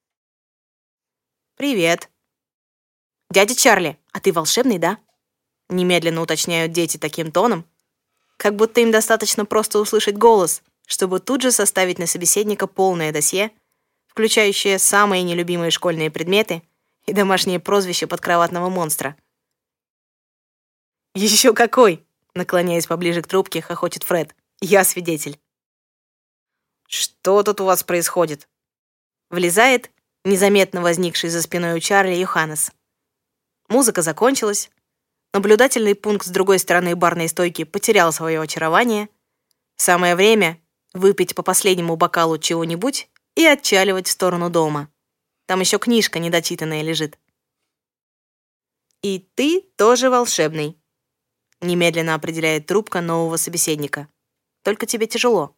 «Привет». «Дядя Чарли, а ты волшебный, да?» Немедленно уточняют дети таким тоном, как будто им достаточно просто услышать голос, чтобы тут же составить на собеседника полное досье, включающее самые нелюбимые школьные предметы и домашние прозвища подкроватного монстра. «Еще какой!» — наклоняясь поближе к трубке, хохочет Фред. «Я свидетель». «Что тут у вас происходит?» Влезает незаметно возникший за спиной у Чарли Йоханнес. Музыка закончилась. Наблюдательный пункт с другой стороны барной стойки потерял свое очарование. Самое время выпить по последнему бокалу чего-нибудь и отчаливать в сторону дома. Там еще книжка недочитанная лежит. «И ты тоже волшебный», — немедленно определяет трубка нового собеседника. «Только тебе тяжело».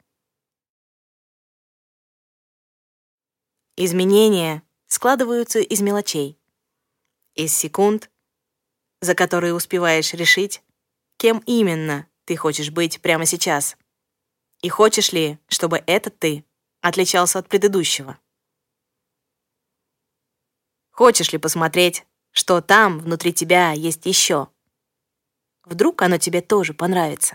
Изменения складываются из мелочей, из секунд, за которые успеваешь решить, кем именно ты хочешь быть прямо сейчас, и хочешь ли, чтобы этот ты отличался от предыдущего. Хочешь ли посмотреть, что там, внутри тебя, есть еще. Вдруг оно тебе тоже понравится?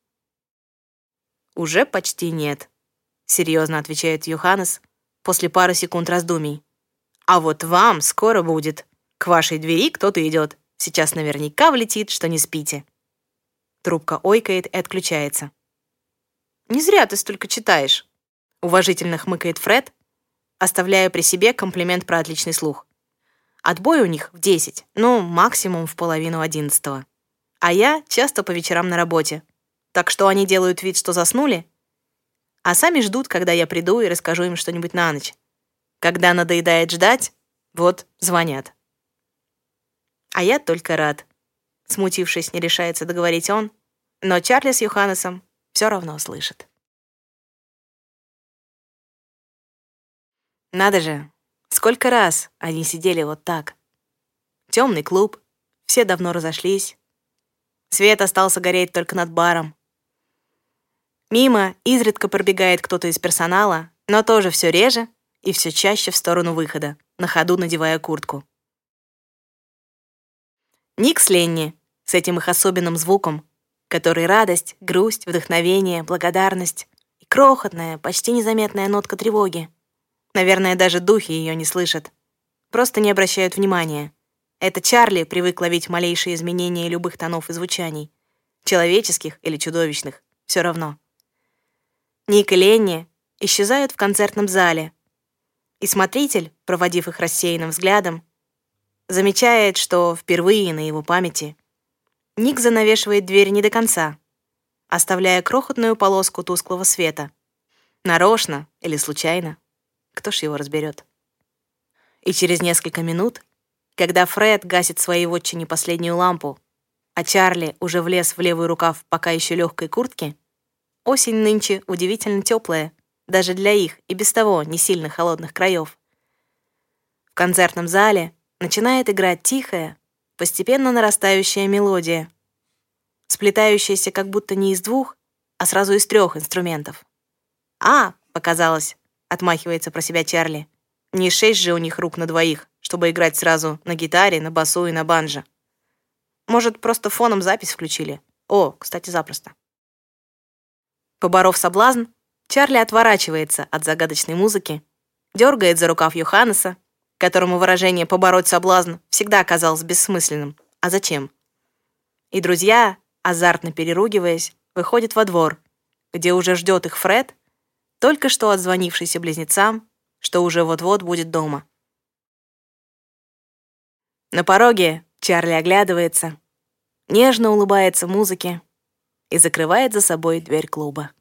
«Уже почти нет», — серьезно отвечает Йоханнес после пары секунд раздумий. «А вот вам скоро будет. К вашей двери кто-то идет. Сейчас наверняка влетит, что не спите». Трубка ойкает и отключается. «Не зря ты столько читаешь», — уважительно хмыкает Фред, оставляя при себе комплимент про отличный слух. Отбой у них в 10, ну, максимум в половину 11. А я часто по вечерам на работе. Так что они делают вид, что заснули, а сами ждут, когда я приду и расскажу им что-нибудь на ночь. Когда надоедает ждать, вот звонят. А я только рад. Смутившись, не решается договорить он, но Чарли с Йоханнесом все равно слышит. Надо же, сколько раз они сидели вот так. Темный клуб, все давно разошлись. Свет остался гореть только над баром. Мимо изредка пробегает кто-то из персонала, но тоже все реже и все чаще в сторону выхода, на ходу надевая куртку. Ник с Ленни, с этим их особенным звуком, который радость, грусть, вдохновение, благодарность и крохотная, почти незаметная нотка тревоги. Наверное, даже духи ее не слышат. Просто не обращают внимания. Это Чарли привык ловить малейшие изменения любых тонов и звучаний. Человеческих или чудовищных, все равно. Ник и Ленни исчезают в концертном зале, и смотритель, проводив их рассеянным взглядом, замечает, что впервые на его памяти Ник занавешивает дверь не до конца, оставляя крохотную полоску тусклого света. Нарочно или случайно, кто ж его разберет. И через несколько минут, когда Фред гасит своей вотчине последнюю лампу, а Чарли уже влез в левый рукав пока еще легкой куртки, осень нынче удивительно теплая, даже для их и без того не сильно холодных краев. В концертном зале начинает играть тихая, постепенно нарастающая мелодия, сплетающаяся как будто не из двух, а сразу из 3 инструментов. Показалось, отмахивается про себя Чарли. Не 6 же у них рук на двоих, чтобы играть сразу на гитаре, на басу и на банджо. Может, просто фоном запись включили? Кстати, запросто. Поборов соблазн, Чарли отворачивается от загадочной музыки, дергает за рукав Йоханнеса, которому выражение «побороть соблазн» всегда казалось бессмысленным. А зачем? И друзья, азартно переругиваясь, выходят во двор, где уже ждет их Фред, только что отзвонившийся близнецам, что уже вот-вот будет дома. На пороге Чарли оглядывается, нежно улыбается музыке и закрывает за собой дверь клуба.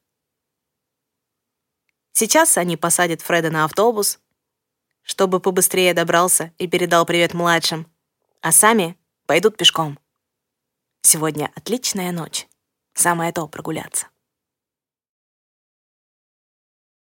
Сейчас они посадят Фреда на автобус, чтобы побыстрее добрался и передал привет младшим, а сами пойдут пешком. Сегодня отличная ночь, самое то прогуляться.